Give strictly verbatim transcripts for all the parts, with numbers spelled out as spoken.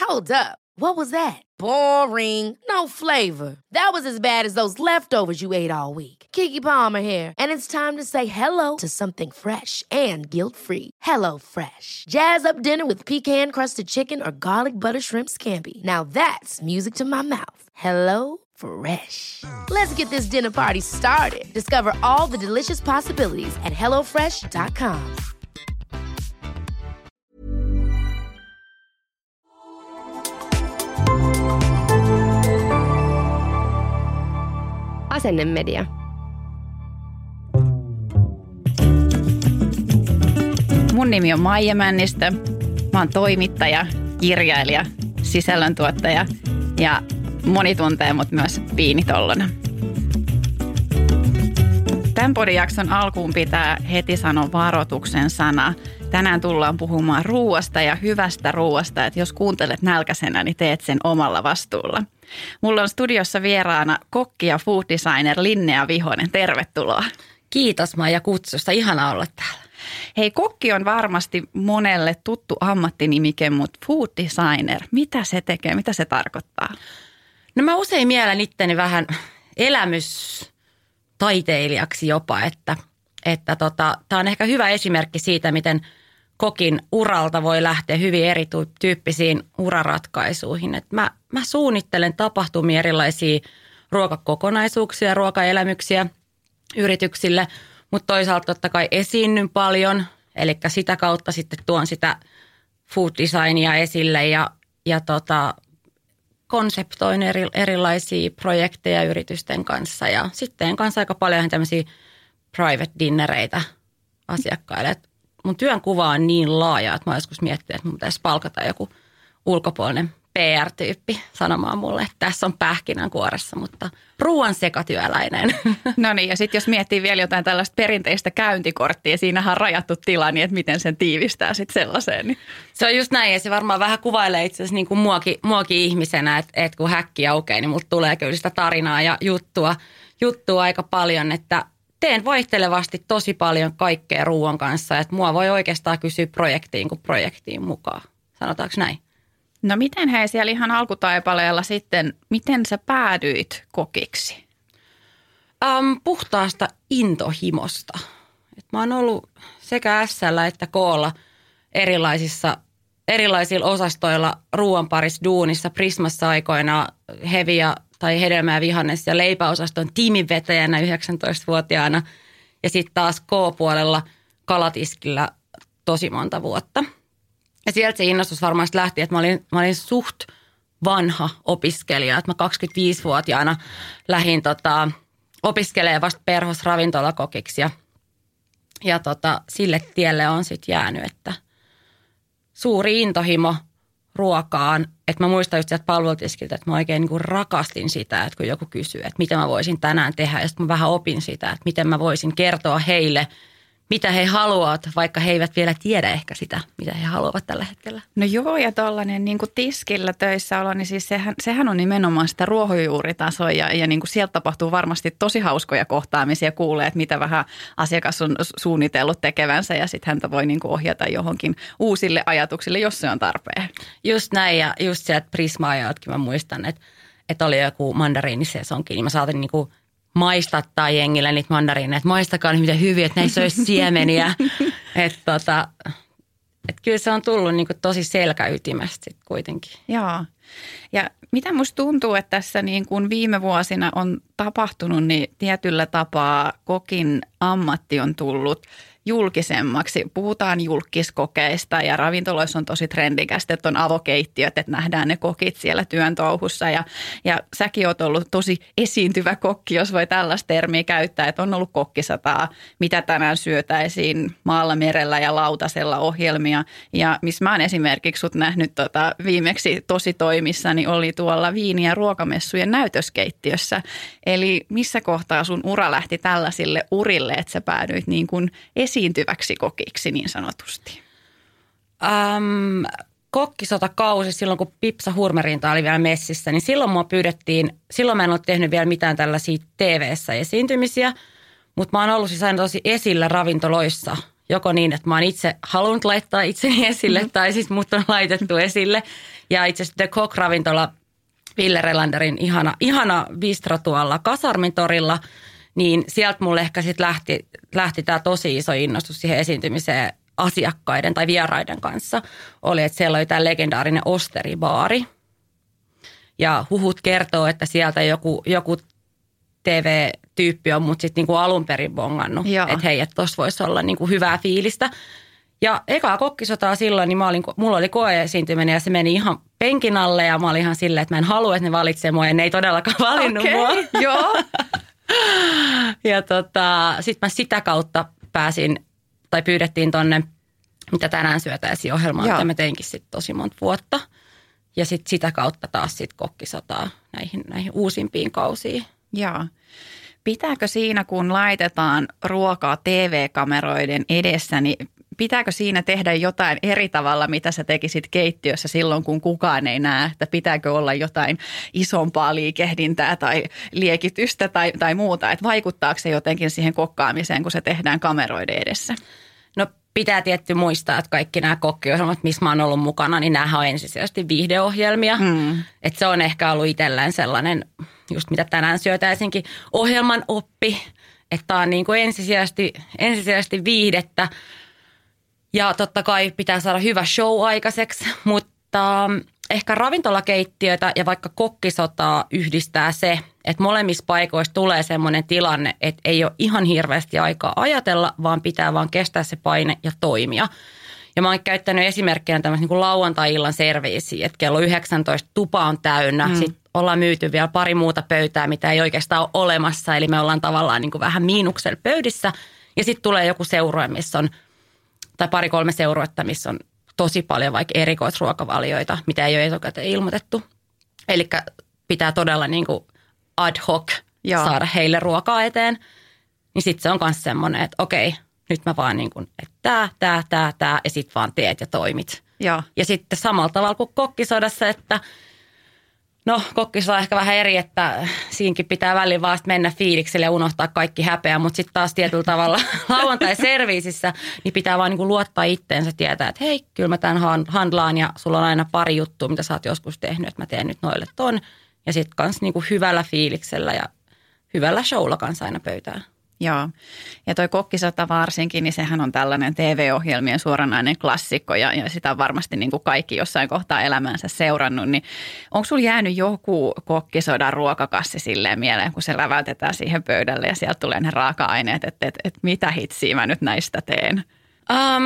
Hold up. What was that? Boring. No flavor. That was as bad as those leftovers you ate all week. Keke Palmer here, and it's time to say hello to something fresh and guilt-free. Hello Fresh. Jazz up dinner with pecan-crusted chicken or garlic butter shrimp scampi. Now that's music to my mouth. Hello Fresh. Let's get this dinner party started. Discover all the delicious possibilities at hello fresh dot com. Asennemedia. Mun nimi on Maija Männistö. Mä oon toimittaja, kirjailija, sisällöntuottaja ja moni tuntee mut myös Viinitollona. Tämän podijakson alkuun pitää heti sanoa varoituksen sana. Tänään tullaan puhumaan ruuasta ja hyvästä ruuasta, että jos kuuntelet nälkäisenä, niin teet sen omalla vastuulla. Mulla on studiossa vieraana kokki ja food designer Linnea Vihonen. Tervetuloa. Kiitos Maija kutsusta. Ihana olla täällä. Hei, kokki on varmasti monelle tuttu ammattinimike, mutta food designer, mitä se tekee, mitä se tarkoittaa? No mä usein mielen itteni vähän elämystaiteilijaksi jopa, että, että tota, tää on ehkä hyvä esimerkki siitä, miten kokin uralta voi lähteä hyvin erityyppisiin uraratkaisuihin. Et mä, mä suunnittelen tapahtumia, erilaisia ruokakokonaisuuksia, ruokaelämyksiä yrityksille, mutta toisaalta totta kai esiinnyn paljon, eli sitä kautta sitten tuon sitä food designia esille ja, ja tota, konseptoin eri, erilaisia projekteja yritysten kanssa ja sitten kanssa aika paljon tämmöisiä private dinnereitä asiakkaille. Et mun työnkuva on niin laaja, että mä joskus miettinyt, että mun pitäisi palkata joku ulkopuolinen P R-tyyppi sanomaan mulle, että tässä on pähkinänkuoressa, mutta ruoan sekatyöläinen. No niin, ja sitten jos miettii vielä jotain tällaista perinteistä käyntikorttia, siinähän on rajattu tila, niin että miten sen tiivistää sitten sellaiseen. Niin. Se on just näin, ja se varmaan vähän kuvailee itse asiassa niin kuin muakin, muakin ihmisenä, että, että kun häkki aukeaa, niin multa tulee kyllä sitä tarinaa ja juttua, juttua aika paljon, että teen vaihtelevasti tosi paljon kaikkea ruoan kanssa, että mua voi oikeastaan kysyä projektiin kuin projektiin mukaan. Sanotaanko näin? No miten hei siellä ihan alkutaipaleella sitten, miten sä päädyit kokiksi? Um, puhtaasta intohimosta. Et mä oon ollut sekä S:llä että K:lla erilaisissa, erilaisilla osastoilla ruoan parissa duunissa. Prismassa aikoina heviä tai hedelmä- ja vihannes- ja leipäosaston tiiminvetäjänä yhdeksäntoistavuotiaana ja sitten taas K-puolella kalatiskillä tosi monta vuotta. Ja sieltä se innostus varmaan lähti, että mä olin, mä olin suht vanha opiskelija. Että mä kaksikymmentäviisivuotiaana lähdin tota, opiskelemaan vasta perhosravintolakokiksi ja, ja tota, sille tielle on sitten jäänyt, että suuri intohimo ruokaan. Että mä muistan just sieltä palvelutiskiltä, että mä oikein niin kuin rakastin sitä, että kun joku kysyy, että mitä mä voisin tänään tehdä. Ja sitten mä vähän opin sitä, että miten mä voisin kertoa heille, mitä he haluavat, vaikka he eivät vielä tiedä ehkä sitä, mitä he haluavat tällä hetkellä. No joo, ja tuollainen niin kuin tiskillä töissä olo, niin siis sehän, sehän on nimenomaan sitä ruohonjuuritasoa, ja, ja niin kuin sieltä tapahtuu varmasti tosi hauskoja kohtaamisia, kuulee, että mitä vähän asiakas on suunnitellut tekevänsä, ja sitten häntä voi niin kuin ohjata johonkin uusille ajatuksille, jos se on tarpeen. Just näin, ja just sieltä Prisma-ajaltakin mä muistan, että, että oli joku mandariinisesonkin, niin mä saatin niin kuin maistattaa jengillä niitä mandariineja, että maistakaa nyt miten hyviä, että näissä olisi siemeniä. Että tota, et kyllä se on tullut niinku tosi selkäytimestä sit kuitenkin. Joo. Ja mitä musta tuntuu, että tässä niin kuin viime vuosina on tapahtunut, niin tietyllä tapaa kokin ammatti on tullut julkisemmaksi. Puhutaan julkiskokeista ja ravintoloissa on tosi trendikästä, että on avokeittiöt, että nähdään ne kokit siellä työn touhussa. Ja, ja säkin oot ollut tosi esiintyvä kokki, jos voi tällaista termiä käyttää, että on ollut kokkisataa, mitä tänään syötäisiin maalla, merellä ja lautasella ohjelmia. Ja missä mä oon esimerkiksi sut nähnyt tota, viimeksi tosi toimissa, niin oli tuolla viini- ja ruokamessujen näytöskeittiössä. Eli missä kohtaa sun ura lähti tällaisille urille, että sä päädyit niin kuin esiintyväksi kokiksi niin sanotusti? Um, kokkisotakausi silloin, kun Pipsa Hurmerinta oli vielä messissä, niin silloin mua pyydettiin, silloin mä en ole tehnyt vielä mitään tällaisia T V:ssä esiintymisiä, mutta mä oon ollut siis aina tosi esillä ravintoloissa Joko niin, että mä oon itse halunnut laittaa itseni esille mm-hmm. tai siis mut on laitettu esille. Ja itse asiassa The Cock-ravintola, Ville Relanderin ihana, ihana bistro tuolla Kasarmin torilla, niin sieltä mulle ehkä sitten lähti, lähti tämä tosi iso innostus siihen esiintymiseen asiakkaiden tai vieraiden kanssa. Oli, että siellä oli tämä legendaarinen Osteri-baari. Ja huhut kertoo, että sieltä joku, joku T V-tyyppi on mut sitten niinku alun perin bongannut. Että hei, että tossa voisi olla niinku hyvää fiilistä. Ja ekaa kokkisotaa silloin, niin mä olin, mulla oli koe-esiintyminen ja se meni ihan penkin alle. Ja mä olin ihan silleen, että mä en halua, että ne valitsee mua. Ja ne ei todellakaan valinnut okay, mua. Joo. Ja tota, sitten mä sitä kautta pääsin, tai pyydettiin tonne, mitä tänään syötäisiin ohjelmaan, mitä mä teinkin sitten tosi monta vuotta. Ja sitten sitä kautta taas sitten kokkisotaa näihin, näihin uusimpiin kausiin. Joo. Pitääkö siinä, kun laitetaan ruokaa T V-kameroiden edessä, niin pitääkö siinä tehdä jotain eri tavalla, mitä sä tekisit keittiössä silloin, kun kukaan ei näe? Että pitääkö olla jotain isompaa liikehdintää tai liekitystä tai, tai muuta? Että vaikuttaako se jotenkin siihen kokkaamiseen, kun se tehdään kameroiden edessä? No pitää tietty muistaa, että kaikki nämä kokkiohjelmat, missä mä oon ollut mukana, niin nämähän on ensisijaisesti viihdeohjelmia. Mm. Että se on ehkä ollut itselleen sellainen, just mitä tänään syötäisinkin, ohjelman oppi. Että tämä on niin kuin ensisijaisesti, ensisijaisesti viihdettä. Ja totta kai pitää saada hyvä show aikaiseksi, mutta ehkä ravintolakeittiöitä ja vaikka kokkisotaa yhdistää se, että molemmissa paikoissa tulee semmoinen tilanne, että ei ole ihan hirveästi aikaa ajatella, vaan pitää vaan kestää se paine ja toimia. Ja mä oon käyttänyt esimerkkinä tämmöistä niin kuin lauantai-illan serviisiä, että kello yhdeksäntoista tupa on täynnä, mm. sitten ollaan myyty vielä pari muuta pöytää, mitä ei oikeastaan ole olemassa, eli me ollaan tavallaan niin kuin vähän miinuksella pöydissä ja sitten tulee joku seurue, missä on tai pari-kolme seuruetta, missä on tosi paljon vaikka erikoisruokavalioita, mitä ei ole etukäteen ilmoitettu. Eli pitää todella niin kuin ad hoc Joo. saada heille ruokaa eteen. Niin sitten se on myös semmoinen, että okei, nyt mä vaan niin kuin, että tää, tää, tää, tää, ja sitten vaan teet ja toimit. Joo. Ja sitten samalla tavalla kuin kokkisodassa, että no kokkisoda on ehkä vähän eri, että siinkin pitää väliin vaan mennä fiilikselle ja unohtaa kaikki häpeä, mutta sitten taas tietyllä tavalla lauantai-serviisissä niin pitää vaan niinku luottaa itteensä, tietää, että hei, kyllä mä tämän handlaan ja sulla on aina pari juttua, mitä sä oot joskus tehnyt, että mä teen nyt noille ton. Ja sitten kans niinku hyvällä fiiliksellä ja hyvällä showlla kanssa aina pöytään. Joo. Ja toi kokkisota varsinkin, niin sehän on tällainen T V-ohjelmien suoranainen klassikko ja, ja sitä on varmasti niin kuin kaikki jossain kohtaa elämäänsä seurannut. Niin onko sulla jäänyt joku kokkisodan ruokakassi silleen mieleen, kun se läväytetään siihen pöydälle ja sieltä tulee ne raaka-aineet, että et, et mitä hitsiä mä nyt näistä teen? Um,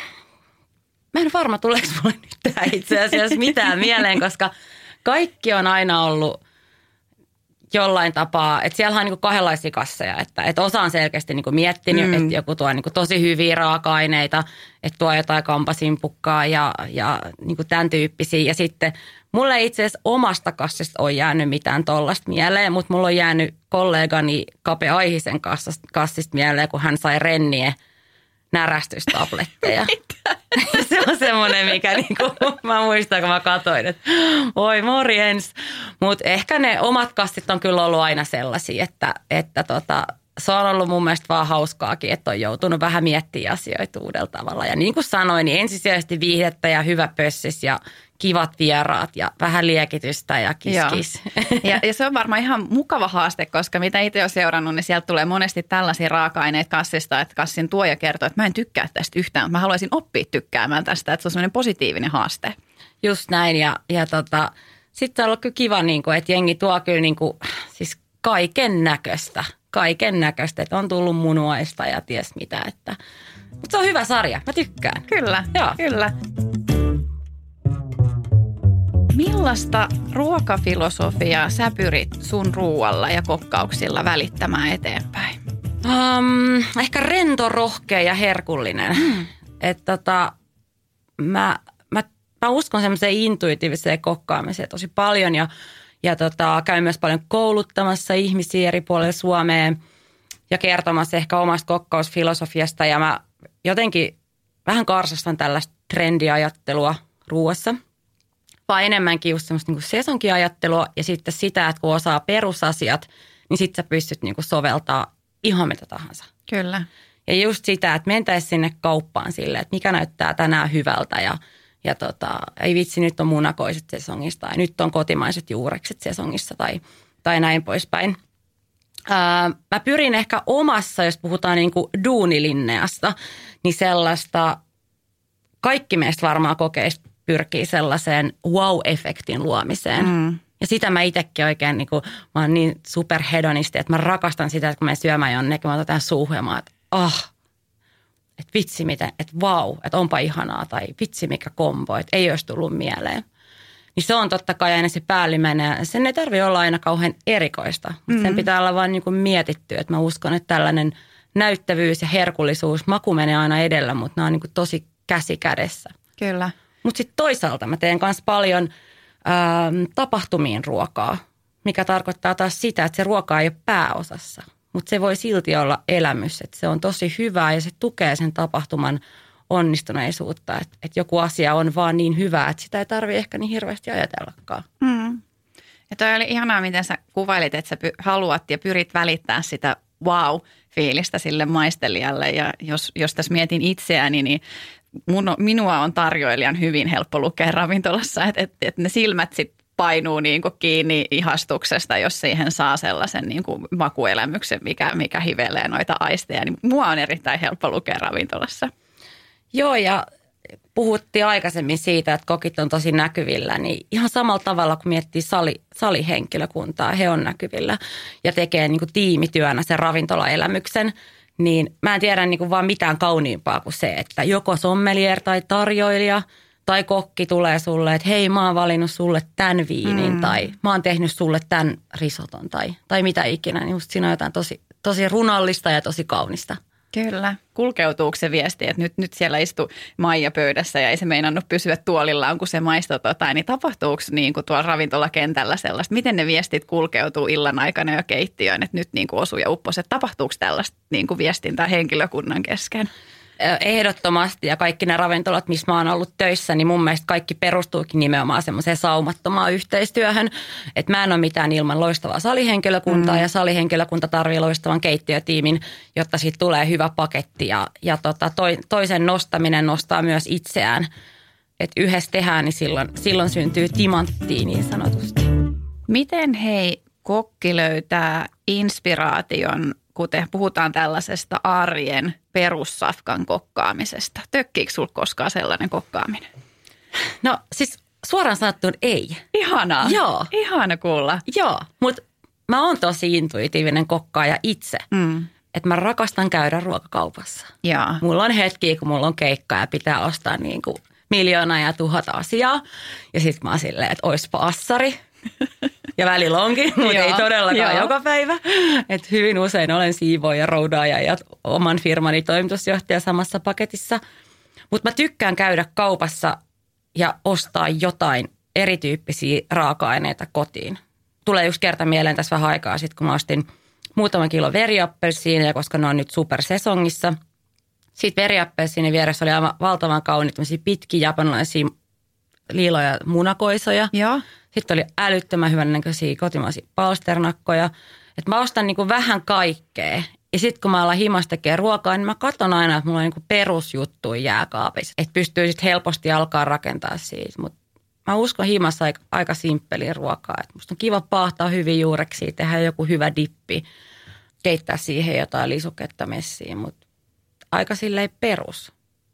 mä en varma, tuleeko mulle nyt tää itse asiassa mitään mieleen, koska kaikki on aina ollut jollain tapaa, että siellä on niin kuin kahdenlaisia kasseja, että, että osa on selkeästi niin kuin miettinyt, mm. että joku tuo niin kuin tosi hyviä raaka-aineita, että tuo jotain kampasimpukkaa ja, ja niin kuin tämän tyyppisiä. Ja sitten mulle ei itse asiassa omasta kassista ole jäänyt mitään tollasta mieleen, mutta mulla on jäänyt kollegani Kape Aihisen kassista mieleen, kun hän sai Rennie närästystabletteja. Se on semmoinen, mikä niinku, mä muistan, kun mä katsoin, että oi morjens. Mutta ehkä ne omat kassit on kyllä ollut aina sellaisia, että, että tota, se on ollut mun mielestä vaan hauskaakin, että on joutunut vähän miettimään asioita uudella tavalla. Ja niin kuin sanoin, niin ensisijaisesti viihdettä ja hyvä pössis ja kivat vieraat ja vähän liekitystä ja kiskis. Ja, ja se on varmaan ihan mukava haaste, koska mitä itse olen seurannut, niin sieltä tulee monesti tällaisia raaka-aineita kassista, että kassin tuoja kertoo, että mä en tykkää tästä yhtään, mutta mä haluaisin oppia tykkäämään tästä, että se on sellainen positiivinen haaste. Just näin ja, ja tota, sitten on ollut kyllä kiva, niin kuin, että jengi tuo kyllä niin kuin, siis kaiken näköistä. Kaiken näköistä, että on tullut munuaista ja ties mitä. Että. Mutta se on hyvä sarja, mä tykkään. Kyllä, Joo. kyllä. Millaista ruokafilosofiaa sä pyrit sun ruualla ja kokkauksilla välittämään eteenpäin? Um, ehkä rento, rohkea ja herkullinen. Hmm. Että tota, mä, mä, mä uskon semmoiseen intuitiiviseen kokkaamiseen tosi paljon ja Ja tota, käyn myös paljon kouluttamassa ihmisiä eri puolilla Suomeen ja kertomassa ehkä omasta kokkausfilosofiasta. Ja mä jotenkin vähän karsastan tällaista trendiajattelua ruuassa, vaan enemmänkin just semmoista niin sesonkiajattelua ja sitten sitä, että kun osaa perusasiat, niin sitten sä pystyt niin soveltaa ihan mitä tahansa. Kyllä. Ja just sitä, että mentäisiin sinne kauppaan silleen, että mikä näyttää tänään hyvältä ja, ja tota, ei vitsi, nyt on munakoiset sesongissa tai nyt on kotimaiset juurekset sesongissa tai, tai näin poispäin. Ää, mä pyrin ehkä omassa, jos puhutaan niin kuin duunilinneasta, niin sellaista, kaikki meistä varmaan kokeista pyrkii sellaiseen wow-efektin luomiseen. Mm. Ja sitä mä itsekin oikein, niin kuin, mä oon niin superhedonisti, että mä rakastan sitä, että kun mä syömään jonnekin, mä otan suuhun ja mä oon, että ah, että vitsi miten, että vau, wow, että onpa ihanaa tai vitsi mikä kombo, että ei olisi tullut mieleen. Niin se on totta kai aina se päällimmäinen. Sen ei tarvitse olla aina kauhean erikoista, mutta mm-hmm. sen pitää olla vaan niin kuin mietitty. Että mä uskon, että tällainen näyttävyys ja herkullisuus, maku menee aina edellä, mutta nämä on niin kuin tosi käsi kädessä. Kyllä. Mutta sitten toisaalta mä teen myös paljon ää, tapahtumiin ruokaa, mikä tarkoittaa taas sitä, että se ruoka ei ole pääosassa. Mutta se voi silti olla elämys, että se on tosi hyvää ja se tukee sen tapahtuman onnistuneisuutta, että, että joku asia on vaan niin hyvä, että sitä ei tarvitse ehkä niin hirveästi ajatellakaan. Mm. Ja toi oli ihanaa, miten sä kuvailit, että sä py- haluat ja pyrit välittää sitä wow-fiilistä sille maistelijalle. Ja jos, jos tässä mietin itseäni, niin mun, minua on tarjoilijan hyvin helppo lukea ravintolassa, että, että, että ne silmät sitten painuu niin kuin kiinni ihastuksesta, jos siihen saa sellaisen niin kuin makuelämyksen, mikä, mikä hivelee noita aisteja. Niin mua on erittäin helppo lukea ravintolassa. Joo, ja puhuttiin aikaisemmin siitä, että kokit on tosi näkyvillä, niin ihan samalla tavalla kun miettii sali, salihenkilökuntaa, he on näkyvillä ja tekee niin kuin tiimityönä sen ravintolaelämyksen, niin mä en tiedä niin kuin vaan mitään kauniimpaa kuin se, että joko sommelier tai tarjoilija tai kokki tulee sulle, että hei mä oon valinnut sulle tämän viinin mm. tai mä oon tehnyt sulle tämän risoton tai, tai mitä ikinä, niin just siinä on jotain tosi, tosi runollista ja tosi kaunista. Kyllä. Kulkeutuuko se viesti, että nyt, nyt siellä istuu Maija pöydässä ja ei se meinannut pysyä tuolillaan, kun se maistoi jotain, niin tapahtuuko niin kuin tuolla ravintolakentällä sellaista? Miten ne viestit kulkeutuu illan aikana jo keittiöön, että nyt niin kuin osuu ja upposi? Tapahtuuko tällaista niin kuin viestintää henkilökunnan kesken? Ehdottomasti ja kaikki ne ravintolat, missä mä oon ollut töissä, niin mun mielestä kaikki perustuukin nimenomaan semmoiseen saumattomaan yhteistyöhön. Että mä en ole mitään ilman loistavaa salihenkilökuntaa mm. ja salihenkilökunta tarvii loistavan keittiötiimin, jotta siitä tulee hyvä paketti. Ja, ja tota, toi, toisen nostaminen nostaa myös itseään. Että yhdessä tehdään, niin silloin, silloin syntyy timanttia niin sanotusti. Miten hei kokki löytää inspiraation, kuten puhutaan tällaisesta arjen perussafkan kokkaamisesta? Tökkiikö sinulla koskaan sellainen kokkaaminen? No siis suoraan sanottuna ei. Ihanaa. Joo. Ihana kuulla. Joo, mutta mä oon tosi intuitiivinen kokkaaja itse. Mm. Että mä rakastan käydä ruokakaupassa. Jaa. Mulla on hetkiä, kun mulla on keikka ja pitää ostaa niin kuin miljoona ja tuhat asiaa. Ja sit mä oon silleen, että oispa assari. Ja välillä onkin, mutta ei todellakaan joo. joka päivä. Et hyvin usein olen siivooja, roudaaja ja oman firmani toimitusjohtaja samassa paketissa. Mutta mä tykkään käydä kaupassa ja ostaa jotain erityyppisiä raaka-aineita kotiin. Tulee yksi kerta mieleen tässä vähän aikaa sitten, kun mä ostin muutaman kilon veriappelsiineja, koska ne on nyt supersesongissa. Sitten veriappelsiinin vieressä oli aivan valtavan kauniit pitkiä japanilaisia liiloja munakoisoja. Joo. Sitten oli älyttömän hyvän näköisiä kotimaisia palsternakkoja. Että mä ostan niinku vähän kaikkea. Ja sitten kun mä alan himassa tekemään ruokaa, niin mä katson aina, että mulla on niinku perusjuttuja jääkaapissa. Että pystyy sitten helposti alkaa rakentaa siitä. Mutta mä uskon himassa aika, aika simppeliä ruokaa. Et musta on kiva paahtaa hyvin juureksia, tehdä joku hyvä dippi, keittää siihen jotain lisuketta messiin. Mutta aika silleen perus.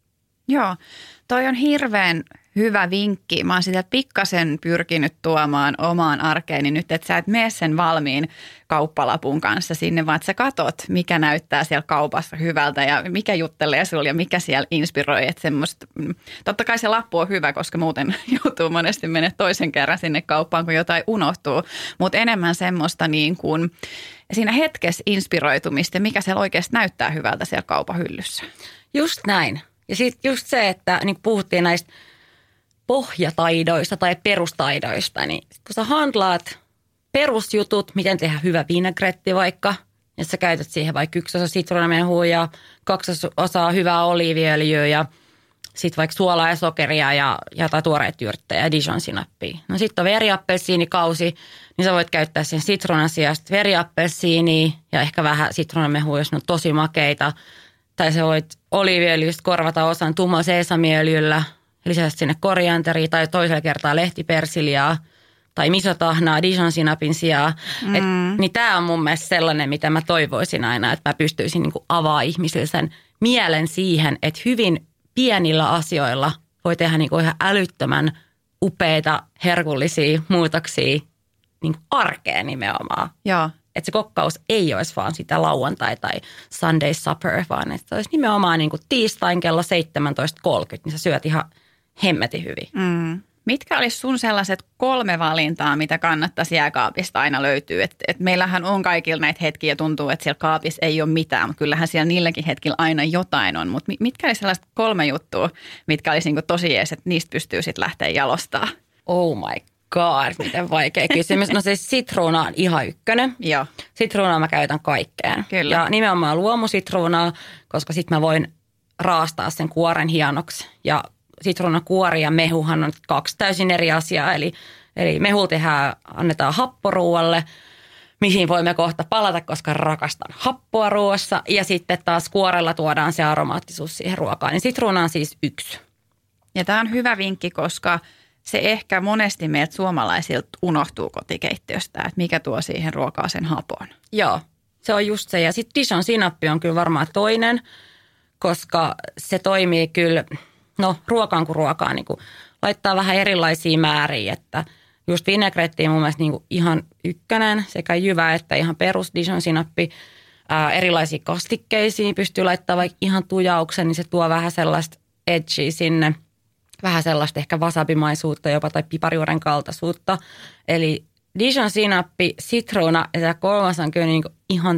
Joo, toi on hirveän hyvä vinkki. Mä oon sitä pikkasen pyrkinyt tuomaan omaan arkeeni nyt, että sä et mene sen valmiin kauppalapun kanssa sinne, vaan että sä katot, mikä näyttää siellä kaupassa hyvältä ja mikä juttelee sulla ja mikä siellä inspiroi. Että semmoista, totta kai se lappu on hyvä, koska muuten joutuu monesti mennä toisen kerran sinne kauppaan, kun jotain unohtuu. Mutta enemmän semmoista niin kuin siinä hetkessä inspiroitumista, mikä siellä oikeasti näyttää hyvältä siellä kaupan hyllyssä. Just näin. Ja sitten just se, että niin puhuttiin näistä pohjataidoista tai perustaidoista, niin kun sä handlaat perusjutut, miten tehdä hyvä vinagretti vaikka, ja sä käytät siihen vaikka yksi osa sitruunamehua ja kaksi osaa hyvää oliiviöljyä ja sitten vaikka suolaa ja sokeria ja jotain tuoreita jyrttejä ja Dijon-sinappia. No sitten on veriappelsiinikausi, niin sä voit käyttää sen sitruunan sijasta veriappelsiiniä ja ehkä vähän sitruunamehua, jos ne on tosi makeita. tai sä voit oliiviöljystä korvata osan tumma seesamiöljyllä, lisätä sinne korianteria tai toisella kertaa lehtipersiliaa tai misotahnaa Dijon sinapin sijaan. Mm. Et, niin tämä on mun mielestä sellainen, mitä mä toivoisin aina, että mä pystyisin niinku avaa ihmisille sen mielen siihen, että hyvin pienillä asioilla voi tehdä niinku ihan älyttömän upeita, herkullisia muutoksia niinku arkeen nimenomaan. Joo. Että se kokkaus ei olisi vaan sitä lauantai- tai Sunday supper, vaan että se olisi nimenomaan niin kuin tiistain kello seitsemäntoista kolmekymmentä, niin sä syöt ihan hemmetin hyvin. Mm. Mitkä olisi sun sellaiset kolme valintaa, mitä kannattaisi jääkaapista aina löytyy? Et, et meillähän on kaikilla näitä hetkiä ja tuntuu, että siellä kaapissa ei ole mitään, mutta kyllähän siellä niilläkin hetkillä aina jotain on. Mutta mitkä olisi sellaiset kolme juttua, mitkä olisi niinku tosi jees, että niistä pystyy sitten lähteä jalostaa? Oh my god, miten vaikea kysymys. No siis sitruuna on ihan ykkönen. Joo. Sitruunaa mä käytän kaikkeen. Kyllä. Ja nimenomaan luomusitruunaa, koska sitten mä voin raastaa sen kuoren hienoksi. Ja sitruunakuori ja mehuhan on kaksi täysin eri asiaa. Eli, eli mehulla tehdään, annetaan happoruualle, mihin voimme kohta palata, koska rakastan happoa ruoassa. Ja sitten taas kuorella tuodaan se aromaattisuus siihen ruokaan. Niin sitruuna on siis yksi. Ja tämä on hyvä vinkki, koska se ehkä monesti meiltä suomalaisilta unohtuu kotikeittiöstä, että mikä tuo siihen ruokaan sen hapon. Joo, se on just se. Ja sitten Dijon sinappi on kyllä varmaan toinen, koska se toimii kyllä, no ruokaan kuin ruokaan, niin kuin laittaa vähän erilaisia määriä, että just vinegrettiin mun mielestä niin kuin ihan ykkönen, sekä jyvä että ihan perus Dijon sinappi. Ää, erilaisia kastikkeisiin pystyy laittamaan vaikka ihan tujauksen, niin se tuo vähän sellaista edgeä sinne. Vähän sellaista ehkä wasabimaisuutta jopa tai pipariuuden kaltaisuutta. Eli Dijon sinappi, sitruuna ja tämä kolmas on kyllä niinku ihan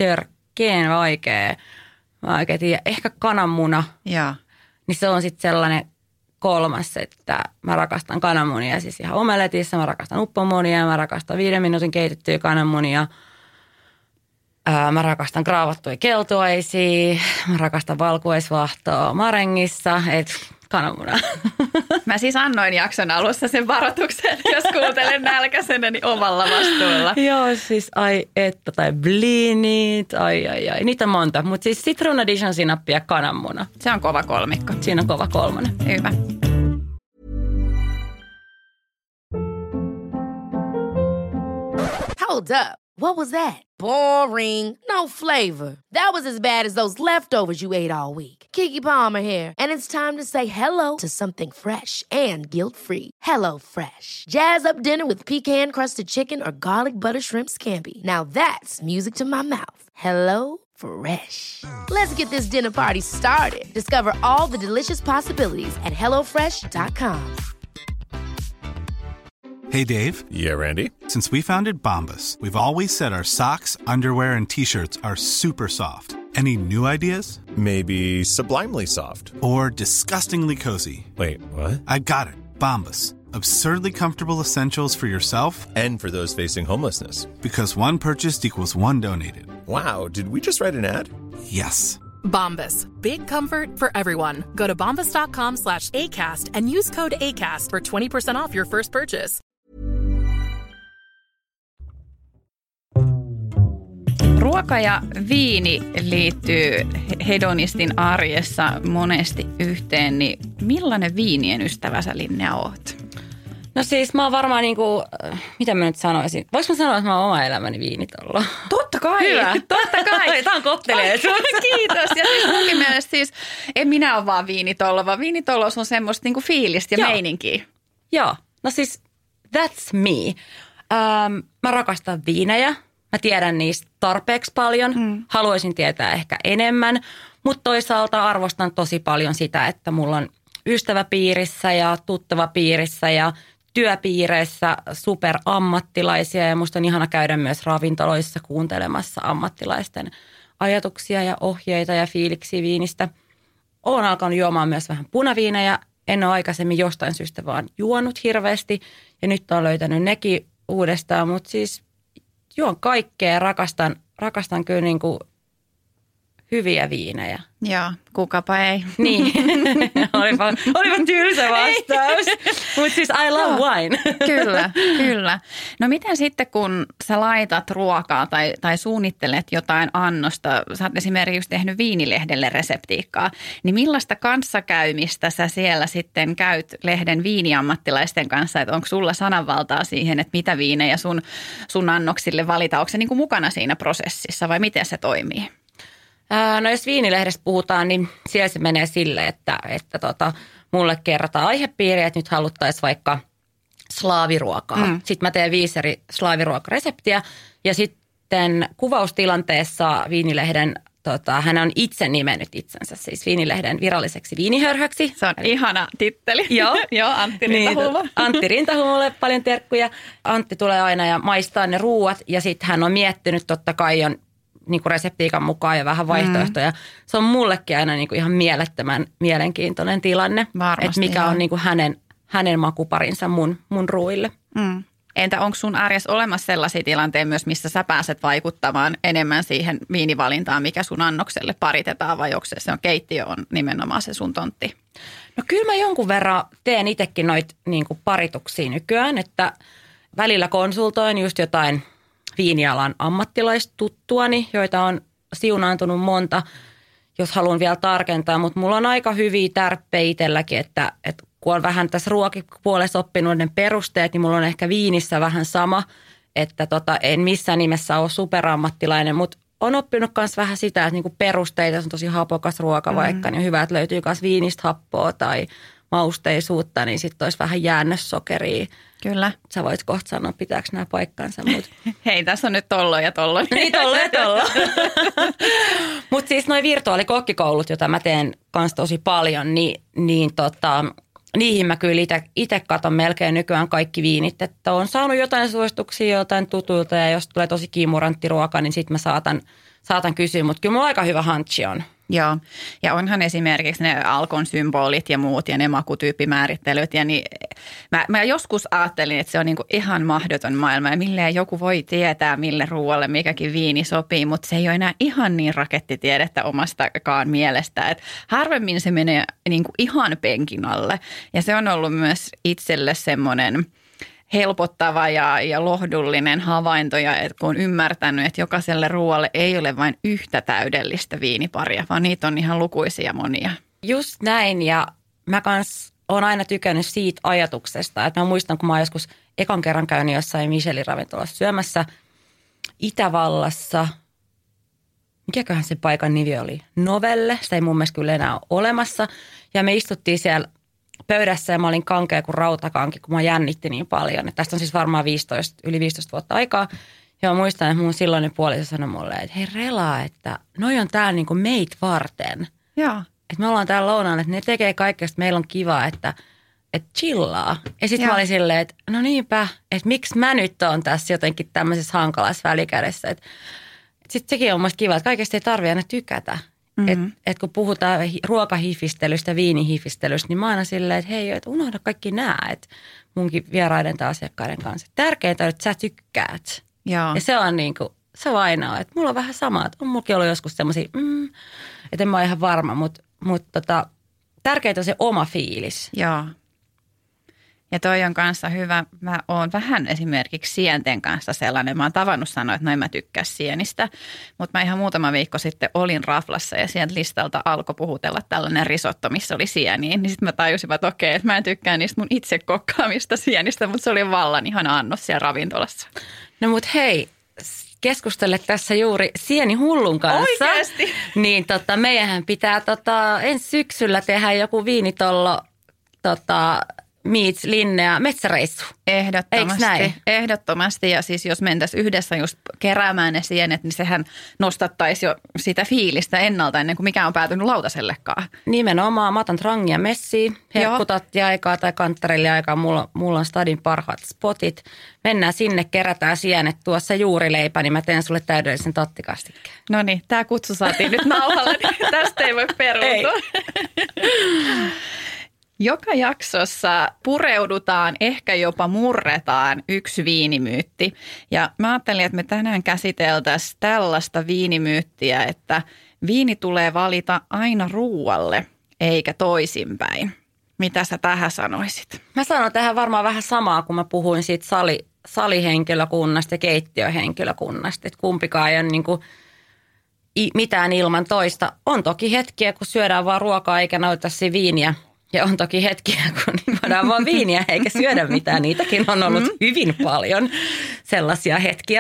törkeen vaikea. Mä oikein tiedä. Ehkä kananmuna. Ja. Niin se on sitten sellainen kolmas, että mä rakastan kananmunia siis ihan omeletissa. Mä rakastan uppomunia, mä rakastan viiden minuutin keitettyjä kananmunia. Ää, mä rakastan graavattuja keltuaisia. Mä rakastan valkuaisvahtoa marengissa. Et kananmuna. Mä siis annoin jakson alussa sen varoituksen, jos kuuntelen nälkäisenä, niin omalla vastuulla. Joo, siis ai että, tai blinit, ai ai ai. Niitä on monta, mutta siis sitruuna, Dijon sinappi ja kananmuna. Se on kova kolmikko. Siinä on kova kolmonen. Hyvä. Hold up. What was that? Boring. No flavor. That was as bad as those leftovers you ate all week. Keke Palmer here, and it's time to say hello to something fresh and guilt-free. Hello Fresh. Jazz up dinner with pecan-crusted chicken or garlic butter shrimp scampi. Now that's music to my mouth. Hello Fresh. Let's get this dinner party started. Discover all the delicious possibilities at hello fresh dot com. Hey, Dave. Yeah, Randy. Since we founded Bombas, we've always said our socks, underwear, and T-shirts are super soft. Any new ideas? Maybe sublimely soft. Or disgustingly cozy? Wait, what? I got it. Bombas. Absurdly comfortable essentials for yourself And for those facing homelessness. because one purchased equals one donated. Wow, did we just write an ad? Yes. Bombas. Big comfort for everyone. Go to bombas.com slash ACAST and use code ACAST for twenty percent off your first purchase. Ruoka ja viini liittyy hedonistin arjessa monesti yhteen, niin millainen viinien ystävä sä, Linnea, oot? No siis mä oon varmaan niinku, äh, mitä mä nyt sanoisin? Voinko mä sanoa, että mä oon oma elämäni viinitollo? Totta kai, Hyvä. totta kai. Tää on kohteliaisuus. Kiitos. Ja siis munkin mielestä siis, en minä ole vaan viinitollo, vaan viinitollos on semmoista niinku fiilistä ja Joo. meininkiä. Joo, no siis that's me. Ähm, mä rakastan viinejä. Mä tiedän niistä tarpeeksi paljon. Mm. Haluaisin tietää ehkä enemmän, mutta toisaalta arvostan tosi paljon sitä, että mulla on ystäväpiirissä ja tuttavapiirissä ja työpiireissä superammattilaisia. Ja musta on ihana käydä myös ravintoloissa kuuntelemassa ammattilaisten ajatuksia ja ohjeita ja fiiliksiä viinistä. Olen alkanut juomaan myös vähän punaviinejä. En ole aikaisemmin jostain syystä vaan juonut hirveästi ja nyt olen löytänyt nekin uudestaan, mutta siis juon kaikkea ja rakastan, rakastan kyllä niin kuin hyviä viinejä. Joo, kukapa ei. Niin, olipa, olipa tylsä vastaus, mutta siis I love wine. Kyllä, kyllä. No miten sitten, kun sä laitat ruokaa tai, tai suunnittelet jotain annosta, sä oot esimerkiksi tehnyt viinilehdelle reseptiikkaa, niin millaista kanssakäymistä sä siellä sitten käyt lehden viiniammattilaisten kanssa, että onko sulla sananvaltaa siihen, että mitä viinejä sun, sun annoksille valita, onko se niin kuin mukana siinä prosessissa vai miten se toimii? No jos viinilehdestä puhutaan, niin siellä se menee sille, että, että tota, mulle kerrotaan aihepiiri, että nyt haluttaisiin vaikka slaaviruokaa. Mm. Sitten mä teen viisi eri slaaviruokareseptiä ja sitten kuvaustilanteessa viinilehden, tota, hän on itse nimennyt itsensä siis viinilehden viralliseksi viinihörhöksi. Se on Eli, ihana titteli. Joo. Joo, Antti Rintahuumo. Niin, Antti Rintahuumolle paljon terkkuja. Antti tulee aina ja maistaa ne ruuat ja sitten hän on miettinyt totta kai on niin kuin reseptiikan mukaan ja vähän vaihtoehtoja. Mm. Se on mullekin aina niin kuin ihan mielettömän mielenkiintoinen tilanne. Varmasti, että mikä joo. on niin kuin hänen, hänen makuparinsa mun, mun ruuille. Mm. Entä onko sun arjessa olemassa sellaisia tilanteita myös, missä sä pääset vaikuttamaan enemmän siihen viinivalintaan, mikä sun annokselle paritetaan vai onko se, se on keittiö on nimenomaan se sun tontti? No kyllä mä jonkun verran teen itsekin noita niin kuin parituksia nykyään, että välillä konsultoin just jotain viinialan ammattilaistuttuani, joita on siunaantunut monta, jos haluan vielä tarkentaa, mutta mulla on aika hyviä tärppejä itselläkin, että, että kun on vähän tässä ruokipuolessa oppinut ne perusteet, niin mulla on ehkä viinissä vähän sama, että tota, en missään nimessä ole superammattilainen, mutta on oppinut myös vähän sitä, että niinku perusteita, jos on tosi hapokas ruoka mm-hmm. vaikka, niin on hyvä, että löytyy myös viinistä happoa tai mausteisuutta, niin sitten olisi vähän jäännössokeria. Kyllä. Sä voit kohta sanoa, pitääkö nämä paikkansa. Mut. Hei, tässä on nyt tollo ja tollo. Niin, tollo ja tollo. Mutta siis noi virtuaalikokkikoulut, joita mä teen kanssa tosi paljon, niin, niin tota, niihin mä kyllä itse katon melkein nykyään kaikki viinit. Että on saanut jotain suosituksia joltain tutuilta ja jos tulee tosi kiimurantti ruoka, niin sitten mä saatan, saatan kysyä. Mutta kyllä mulla aika hyvä hunchi on. Joo, ja onhan esimerkiksi ne Alkon symbolit ja muut ja ne makutyyppimäärittelyt. Ja niin, mä, mä joskus ajattelin, että se on niinku ihan mahdoton maailma ja milleen joku voi tietää, mille ruoalle mikäkin viini sopii, mutta se ei ole enää ihan niin rakettitiedettä omastakaan mielestä. Et harvemmin se menee niinku ihan penkin alle ja se on ollut myös itselle semmoinen helpottava ja, ja lohdullinen havainto, ja että kun on ymmärtänyt, että jokaiselle ruoalle ei ole vain yhtä täydellistä viiniparia, vaan niitä on ihan lukuisia monia. Just näin, ja mä kans oon aina tykännyt siitä ajatuksesta, että mä muistan, kun mä oon joskus ekan kerran käynyt jossain Michelin-ravintolassa syömässä Itävallassa. Mikäköhän se paikan nimi oli? Novelle. Sitä ei mun mielestä kyllä enää ole olemassa. Ja me istuttiin siellä pöydässä ja mä olin kankea kuin rautakanki, kun mä jännitti niin paljon. Että tästä on siis varmaan viisitoista, yli viisitoista vuotta aikaa. Ja mä muistan, että mun silloinen puoliso sanoi mulle, että hei Rela, että noi on täällä niinku meitä varten. Joo. Että me ollaan täällä lounaan, että ne tekee kaikkea, että meillä on kiva, että, että chillaa. Ja sitten mä olin silleen, että no niinpä, että miksi mä nyt oon tässä jotenkin tämmöisessä hankalassa välikädessä. Että, että sitten sekin on musta kiva, että kaikesta ei tarvitse aina tykätä. Mm-hmm. Että et kun puhutaan ruokahifistelystä, viinihifistelystä, niin mä aina silleen, että hei, että unohda kaikki nämä, että munkin vieraiden tai asiakkaiden kanssa. Tärkeintä on, että sä tykkäät. Joo. Ja se on niin kuin, se on aina, että mulla on vähän sama, että on mullakin ollut joskus semmoisia, mm, että en mä ole ihan varma, mutta, mutta tota, tärkeintä on se oma fiilis. Joo. Ja toi on kanssa hyvä. Mä oon vähän esimerkiksi sienten kanssa sellainen. Mä oon tavannut sanoa, että noin mä tykkään sienistä. Mutta mä ihan muutama viikko sitten olin raflassa ja sieltä listalta alkoi puhutella tällainen risotto, missä oli sieniä. Niin sitten mä tajusin, että okei, että mä en tykkää niistä mun itse kokkaamista sienistä, mutta se oli vallan ihana annos siellä ravintolassa. No mut hei, keskustele tässä juuri sienihullun kanssa. Oikeasti? Niin tota, meidänhän pitää tota, ensi syksyllä tehdä joku viinitollo tota, meets Linnea metsäreissu. Ehdottomasti. Ehdottomasti. Ja siis jos mentäisiin yhdessä just keräämään ne sienet, niin sehän nostattaisi jo sitä fiilistä ennalta ennen kuin mikään on päätynyt lautasellekaan. Nimenomaan. Mä otan trangia messiin, herkkutatti-aikaa tai kanttarelli-aikaa. Mulla, mulla on stadin parhaat spotit. Mennään sinne, kerätään sienet, tuossa juurileipä, niin mä teen sulle täydellisen tattikastikkeen. No niin, tämä kutsu saatiin nyt nauhalle, niin tästä ei voi peruutua. Joka jaksossa pureudutaan, ehkä jopa murretaan yksi viinimyytti. Ja mä ajattelin, että me tänään käsiteltäisiin tällaista viinimyyttiä, että viini tulee valita aina ruualle eikä toisinpäin. Mitä sä tähän sanoisit? Mä sanon tähän varmaan vähän samaa, kun mä puhuin siitä sali, salihenkilökunnasta ja keittiöhenkilökunnasta. Että kumpikaan ei ole niin kuin mitään ilman toista. On toki hetkiä, kun syödään vaan ruokaa eikä nautita siinä viiniä. Ja on toki hetkiä, kun voidaan vaan viiniä eikä syödä mitään. Niitäkin on ollut mm. hyvin paljon sellaisia hetkiä.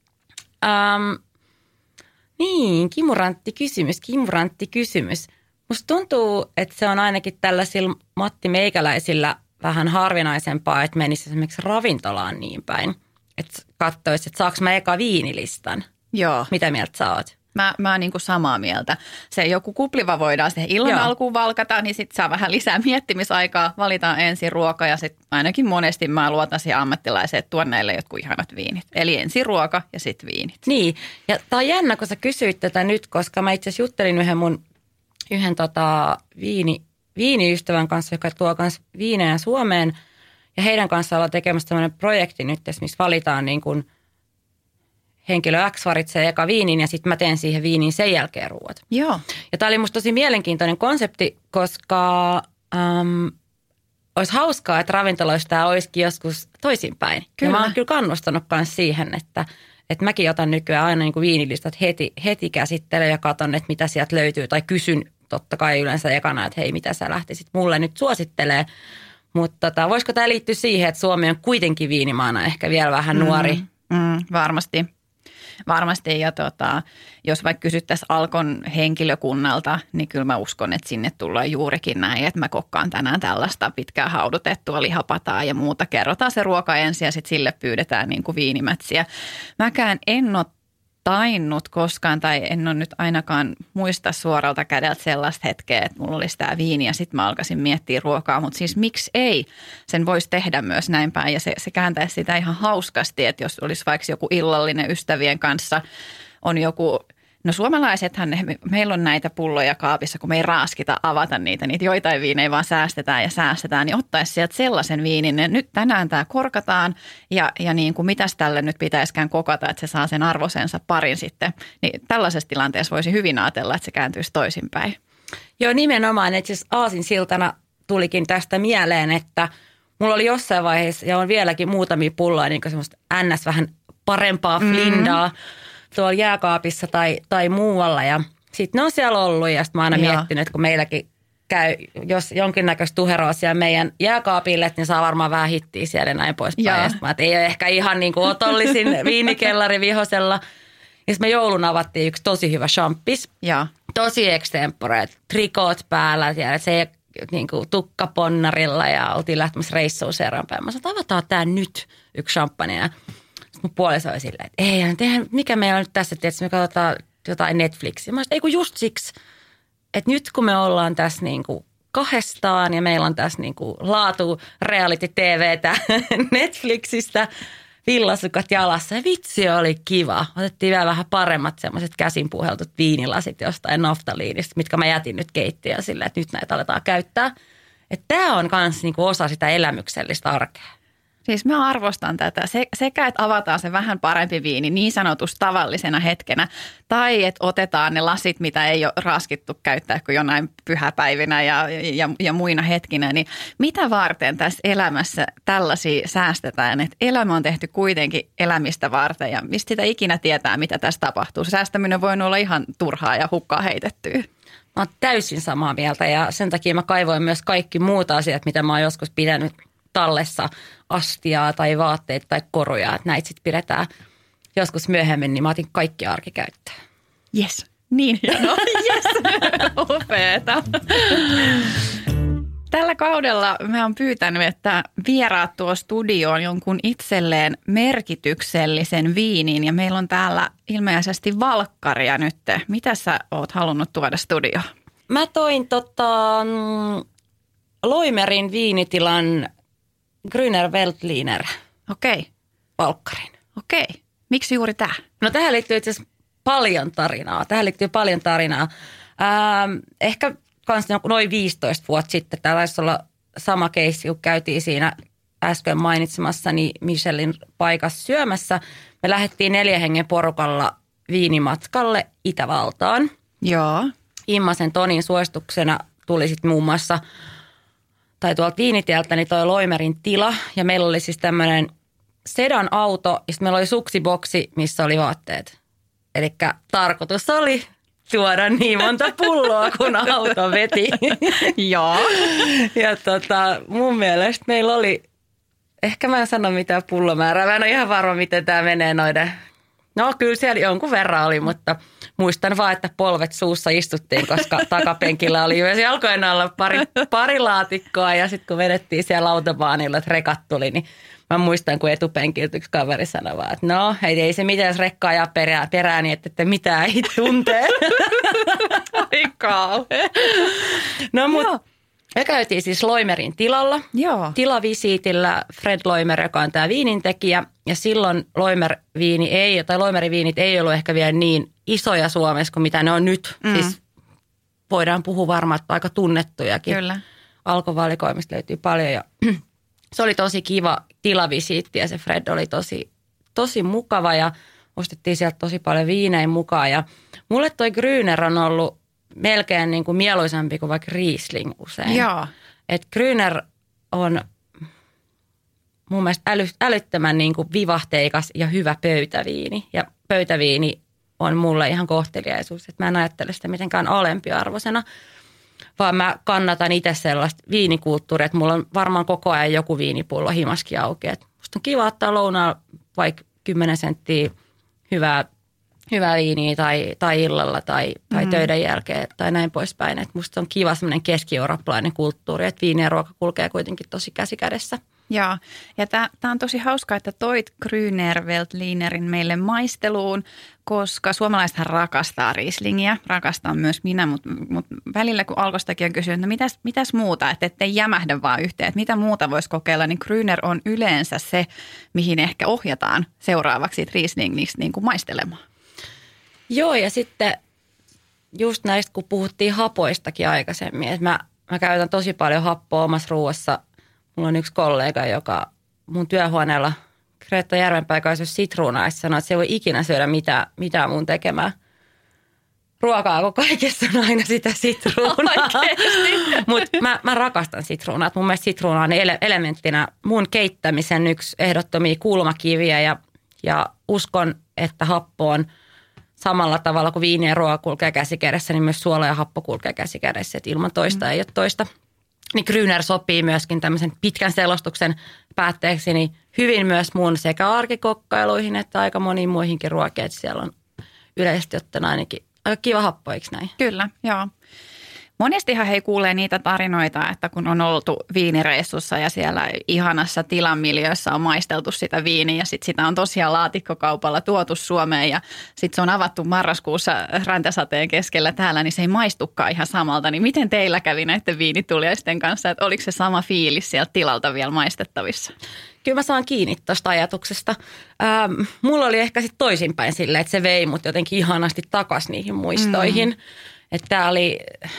Um, niin, kimurantti kysymys, kimurantti kysymys. Musta tuntuu, että se on ainakin tällaisilla Matti Meikäläisillä vähän harvinaisempaa, että menisi esimerkiksi ravintolaan niin päin. Että katsoisi, että saanko mä eka viinilistan. Joo. Mitä mieltä sä oot? Mä, mä oon niin kuin samaa mieltä. Se joku kupliva voidaan siihen illan Joo. alkuun valkata, niin sitten saa vähän lisää miettimisaikaa. Valitaan ensin ruoka ja sitten ainakin monesti mä luotan siihen ammattilaiseen, että tuon näille jotkut ihanat viinit. Eli ensin ruoka ja sitten viinit. Niin, ja tää on jännä, kun sä kysyit tätä nyt, koska mä itse asiassa juttelin yhden mun yhden tota viini, viiniystävän kanssa, joka tuo kanssa viinejä Suomeen. Ja heidän kanssaan ollaan tekemässä tämmöinen projekti nyt, missä valitaan niin kuin henkilö X valitsee eka viinin ja sitten mä teen siihen viiniin sen jälkeen ruuat. Joo. Ja tämä oli musta tosi mielenkiintoinen konsepti, koska äm, olisi hauskaa, että ravintoloissa tämä olisikin joskus toisinpäin. Kyllä. Ja mä oon kyllä kannustanut myös siihen, että, että mäkin otan nykyään aina niin kuin viinilistat heti, heti käsittelen ja katson, että mitä sieltä löytyy. Tai kysyn totta kai yleensä ekana, että hei, mitä sä lähtisit mulle nyt suosittelee. Mutta tota, voisiko tämä liittyä siihen, että Suomi on kuitenkin viinimaana ehkä vielä vähän nuori? Mm, mm, varmasti. Varmasti ja tota, jos vaikka kysyttäisiin Alkon henkilökunnalta, niin kyllä mä uskon, että sinne tullaan juurikin näin, että mä kokkaan tänään tällaista pitkään haudutettua lihapataa ja muuta. Kerrotaan se ruoka ensin ja sitten sille pyydetään niin kuin viinimätsiä. Mäkään en ole tainnut koskaan tai en ole nyt ainakaan muista suoralta kädeltä sellaista hetkeä, että mulla olisi tämä viini ja sitten mä alkaisin miettiä ruokaa. Mutta siis miksi ei? Sen voisi tehdä myös näin päin ja se, se kääntäisi sitä ihan hauskasti, että jos olisi vaikka joku illallinen ystävien kanssa, on joku, no suomalaisethan, meillä on näitä pulloja kaapissa, kun me ei raaskita avata niitä, niitä joitain viinejä vaan säästetään ja säästetään, niin ottaisi sieltä sellaisen viinin, nyt tänään tämä korkataan ja, ja niin kuin mitäs tälle nyt pitäisikään kokata, että se saa sen arvosensa parin sitten, niin tällaisessa tilanteessa voisi hyvin ajatella, että se kääntyisi toisinpäin. Joo, nimenomaan, että siis aasinsiltana tulikin tästä mieleen, että mulla oli jossain vaiheessa ja on vieläkin muutamia pulloja, niin kuin semmoista ns. Vähän parempaa flindaa, mm. tuolla jääkaapissa tai, tai muualla ja sitten ne on siellä ollut ja sitten mä oon aina Joo. miettinyt, että kun meilläkin käy, jos jonkinnäköistä tuheroa siellä meidän jääkaapille, että ne saa varmaan vähän hittiä siellä ja näin poispäin. Ja sitten mä, että ei ole ehkä ihan niin kuin otollisin viinikellari vihosella. Ja sitten me jouluna avattiin yksi tosi hyvä champis. Ja. Tosi extempore, trikot päällä ja se niin kuin tukkaponnarilla ja oltiin lähtemässä reissuun seuraan päin. Mä sanoin, että avataan tää nyt yksi champagne ja mun puoliso oli silleen, että ei, tehdään, mikä meillä on nyt tässä, että me katsotaan jotain Netflixiä. Mä sanoin, ei kun just siksi, että nyt kun me ollaan tässä niin kuin kahdestaan ja meillä on tässä niin kuin laatu reality T V:tä Netflixistä, villasukat jalassa ja vitsi oli kiva. Otettiin vielä vähän paremmat semmoiset käsin puheltut viinilasit jostain naftaliinista, mitkä mä jätin nyt keittiöön silleen, että nyt näitä aletaan käyttää. Että tämä on myös niin kuin osa sitä elämyksellistä arkea. Siis mä arvostan tätä. Se, sekä, että avataan se vähän parempi viini niin sanotusti tavallisena hetkenä, tai että otetaan ne lasit, mitä ei ole raskittu käyttää kuin jonain pyhäpäivinä ja, ja, ja muina hetkinä. Niin mitä varten tässä elämässä tällaisia säästetään? Että elämä on tehty kuitenkin elämistä varten ja mistä sitä ikinä tietää, mitä tässä tapahtuu. Säästäminen voi olla ihan turhaa ja hukkaa heitettyä. Mä oon täysin samaa mieltä ja sen takia mä kaivoin myös kaikki muut asiat, mitä mä oon joskus pitänyt tallessa, astiaa tai vaatteita tai koruja, että näitä sitten pidetään joskus myöhemmin, niin mä otin kaikki arkikäyttöön. Yes, niin hienoa. Yes, upeeta. Tällä kaudella mä oon pyytänyt, että vieraat tuo studioon jonkun itselleen merkityksellisen viinin ja meillä on täällä ilmeisesti valkkaria nyt. Mitä sä oot halunnut tuoda studioon? Mä toin tota, Loimerin viinitilan Grüner Veltliner. Okei. Valkkarin. Okei. Miksi juuri tämä? No tähän liittyy itse asiassa paljon tarinaa. Tähän liittyy paljon tarinaa. Ähm, ehkä kans noin viisitoista vuotta sitten. Tämä taisi olla sama keissi, kun käytiin siinä äsken mainitsemassani Michelin paikassa syömässä. Me lähdettiin neljän hengen porukalla viinimatkalle Itävaltaan. Joo. Immasen Tonin suosituksena tuli sitten muun muassa, tai tuolta Viinitieltä, niin toi Loimerin tila. Ja meillä oli siis tämmöinen sedan auto, ja sitten meillä oli suksiboksi, missä oli vaatteet. Eli tarkoitus oli tuoda niin monta pulloa, kun auto veti. Joo. Ja tota, mun mielestä meillä oli, ehkä mä en sano mitään pullomäärää. Mä en ole ihan varma, miten tämä menee noiden. No kyllä siellä jonkun verran oli, mutta muistan vaan, että polvet suussa istuttiin, koska takapenkillä oli myös jalkojen alla pari, pari laatikkoa. Ja sitten kun vedettiin siellä autobaanilla, että rekat tuli, niin mä muistan, kun etupenkiltä yksi kaveri sanoi vaan, että no ei, ei se mitään, jos rekka ajaa perään, perään niin että, että mitään ei tuntee. Ai kauhean. No mutta me käytiin siis Loimerin tilalla. Joo. Tilavisiitillä Fred Loimer, joka on tämä viinintekijä. Ja silloin Loimer-viini ei, tai Loimerin viinit ei ollut ehkä vielä niin isoja Suomessa kuin mitä ne on nyt. Mm. Siis voidaan puhua varmaan, että aika tunnettujakin. Kyllä. Alkovalikoimista löytyy paljon ja se oli tosi kiva tilavisiitti ja se Fred oli tosi, tosi mukava ja ostettiin sieltä tosi paljon viinejä mukaan. Ja mulle toi Grüner on ollut melkein niin kuin mieluisampi kuin vaikka Riesling usein. Joo. Et Grüner on mun mielestä äly, älyttömän niin kuin vivahteikas ja hyvä pöytäviini. Ja pöytäviini on mulle ihan kohteliaisuus, että mä en ajattele sitä mitenkään alempiarvoisena. Vaan mä kannatan itse sellaista viinikulttuuria, että mulla on varmaan koko ajan joku viinipullo himaskin auki. Et musta on kiva ottaa lounaalla vaikka kymmenen senttiä hyvää, hyvää viiniä tai, tai illalla tai, tai mm-hmm. töiden jälkeen tai näin poispäin. Et musta on kiva semmoinen keski-eurooppalainen kulttuuri, että viini ja ruoka kulkee kuitenkin tosi käsi kädessä. Joo, ja tämä on tosi hauskaa, että toit Grüner Veltlinerin meille maisteluun, koska suomalaisethan rakastaa Rieslingiä, rakastaa myös minä, mutta mut välillä kun Alkostakin on kysynyt, no mitäs, mitäs muuta, että ettei jämähdä vaan yhteen, että mitä muuta voisi kokeilla, niin Grüner on yleensä se, mihin ehkä ohjataan seuraavaksi Rieslingistä niin kuin maistelemaan. Joo, ja sitten just näistä, kun puhuttiin hapoistakin aikaisemmin, että mä, mä käytän tosi paljon happoa omassa ruuassa. Mulla on yksi kollega, joka mun työhuoneella Greta Järvenpää kanssa sitruunaa ja sanoi, että se ei voi ikinä syödä mitään, mitään mun tekemää ruokaa, kun kaikessa on aina sitä sitruunaa. Mutta mä, mä rakastan sitruunaa. Mun mielestä sitruuna on ele- elementtinä mun keittämisen yksi ehdottomia kulmakiviä ja, ja uskon, että happo on samalla tavalla kuin viini ja ruoka kulkee käsikädessä, niin myös suola ja happo kulkee käsikädessä, että ilman toista mm. ei ole toista. Niin Grüner sopii myöskin tämmöisen pitkän selostuksen päätteeksi niin hyvin myös mun sekä arkikokkailuihin että aika moniin muihinkin ruokiin. Siellä on yleisesti ottaen ainakin aika kiva happo, eikö näin? Kyllä, joo. Monestihan he kuulee niitä tarinoita, että kun on oltu viinireissussa ja siellä ihanassa tilamiljössä on maisteltu sitä viiniä ja sitten sitä on tosiaan laatikkokaupalla tuotu Suomeen ja sitten se on avattu marraskuussa räntäsateen keskellä täällä, niin se ei maistukaan ihan samalta. Niin miten teillä kävi näiden viinituliaisten kanssa, että oliko se sama fiilis sieltä tilalta vielä maistettavissa? Kyllä mä saan kiinni tuosta ajatuksesta. Ähm, mulla oli ehkä sitten toisinpäin silleen, että se vei mut jotenkin ihanasti takaisin niihin muistoihin. Mm. Että tää oli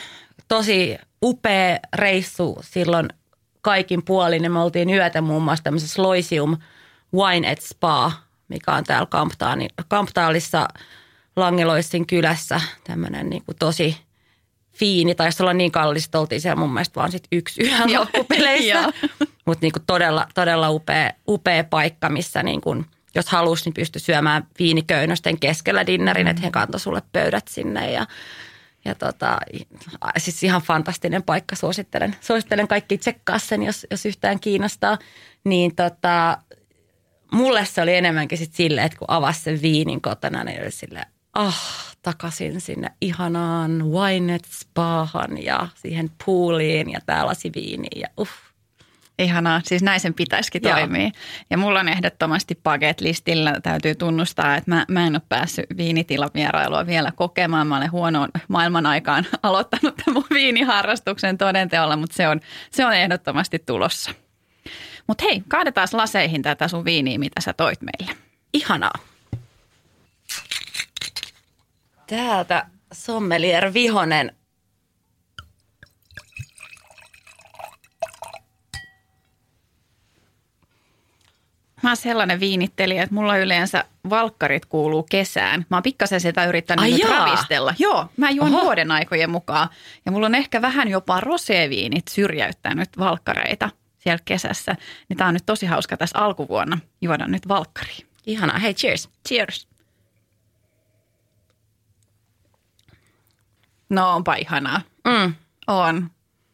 tosi upea reissu silloin kaikin puolin. Me oltiin yötä muun muassa tämmöisessä Loisium Wine et Spa, mikä on täällä Kamptaalissa Langeloissin kylässä. Tämmöinen niin kuin tosi fiini, taisi olla niin kallista, oltiin siellä mun mielestä vaan sit yksi yhden loppupeleissä. Mutta niin kuin todella, todella upea, upea paikka, missä niin kuin, jos halusi, niin pystyi syömään viiniköynnösten keskellä dinnerin, mm. että he kantoi sulle pöydät sinne ja Ja tota, siis ihan fantastinen paikka, suosittelen. Suosittelen kaikki tsekkaa sen, jos, jos yhtään kiinnostaa. Niin tota, mulle se oli enemmänkin sit silleen, että kun avasi sen viinin kotona, niin oli silleen, ah, takaisin sinne ihanaan wine et spahan ja siihen pooliin ja tää lasiviiniin ja uff. Ihanaa, siis näin sen pitäisikin toimia. Ja mulla on ehdottomasti bucket listillä, täytyy tunnustaa, että mä, mä en ole päässyt viinitilavierailua vielä kokemaan. Mä olen huonoon maailman aikaan aloittanut tämän mun viiniharrastuksen todenteolla, mutta se on, se on ehdottomasti tulossa. Mutta hei, kaadetaan laseihin tätä sun viiniä, mitä sä toit meille. Ihanaa. Täältä sommelier Vihonen Mä oon sellainen viinittelijä, että mulla yleensä valkkarit kuuluu kesään. Mä oon pikkasen sitä yrittänyt Ai nyt jaa. ravistella. Joo, mä juon Oho. vuoden aikojen mukaan. Ja mulla on ehkä vähän jopa roséviinit syrjäyttänyt valkkareita siellä kesässä. Niin tää on nyt tosi hauska tässä alkuvuonna juoda nyt valkkariin. Ihanaa. Hei, cheers. Cheers. No onpa ihanaa. Mm. On.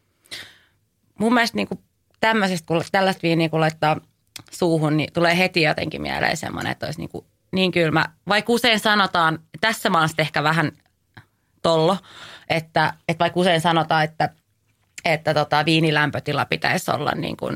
Mun mielestä niin tämmöisestä, kun tällaista viiniä kun laittaa suuhun, niin tulee heti jotenkin mieleen semmoinen, että olisi niin, kuin niin kylmä. Vaikka usein sanotaan, tässä mä oon sitten ehkä vähän tollo, että, että vaikka usein sanotaan, että, että tota, viinilämpötila pitäisi olla niin kuin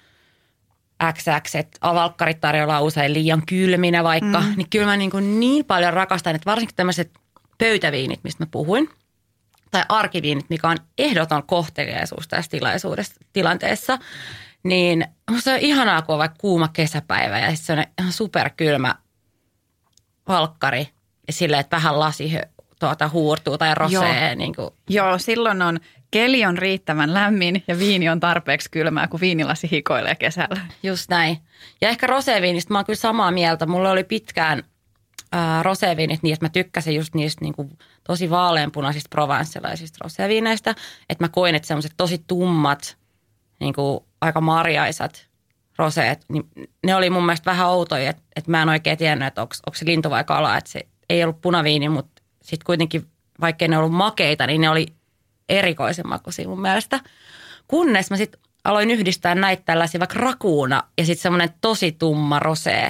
X X, että valkkarit tarjolla usein liian kylminä vaikka, mm. niin kyllä mä niin, kuin niin paljon rakastan, että varsinkin tämmöiset pöytäviinit, mistä mä puhuin, tai arkiviinit, mikä on ehdoton kohteliaisuus tässä tilaisuudessa, tilanteessa, niin se on ihanaa, kun on vaikka kuuma kesäpäivä ja sitten se on ihan superkylmä valkkari ja silleen, että vähän lasi tuota, huurtuu tai rosee. Niin kuin. Joo, silloin on, keli on riittävän lämmin ja viini on tarpeeksi kylmää, kun viinilasi hikoilee kesällä. Just näin. Ja ehkä roséviinistä mä oon kyllä samaa mieltä. Mulla oli pitkään ää, roséviinit niin, että mä tykkäsin just niistä niin kuin tosi vaaleanpunaisista provenssalaisista roséviineistä. Että mä koin, että semmoiset tosi tummat, niin kuin aika marjaisat roseet, niin ne oli mun mielestä vähän outoja, että, että mä en oikein tiennyt, että onko, onko se lintu vai kala. Että se ei ollut punaviini, mutta sitten kuitenkin, vaikkei ne ollut makeita, niin ne oli erikoisen makuisia mun mielestä. Kunnes mä sitten aloin yhdistää näitä tällaisia vaikka rakuuna ja sitten semmoinen tosi tumma rosee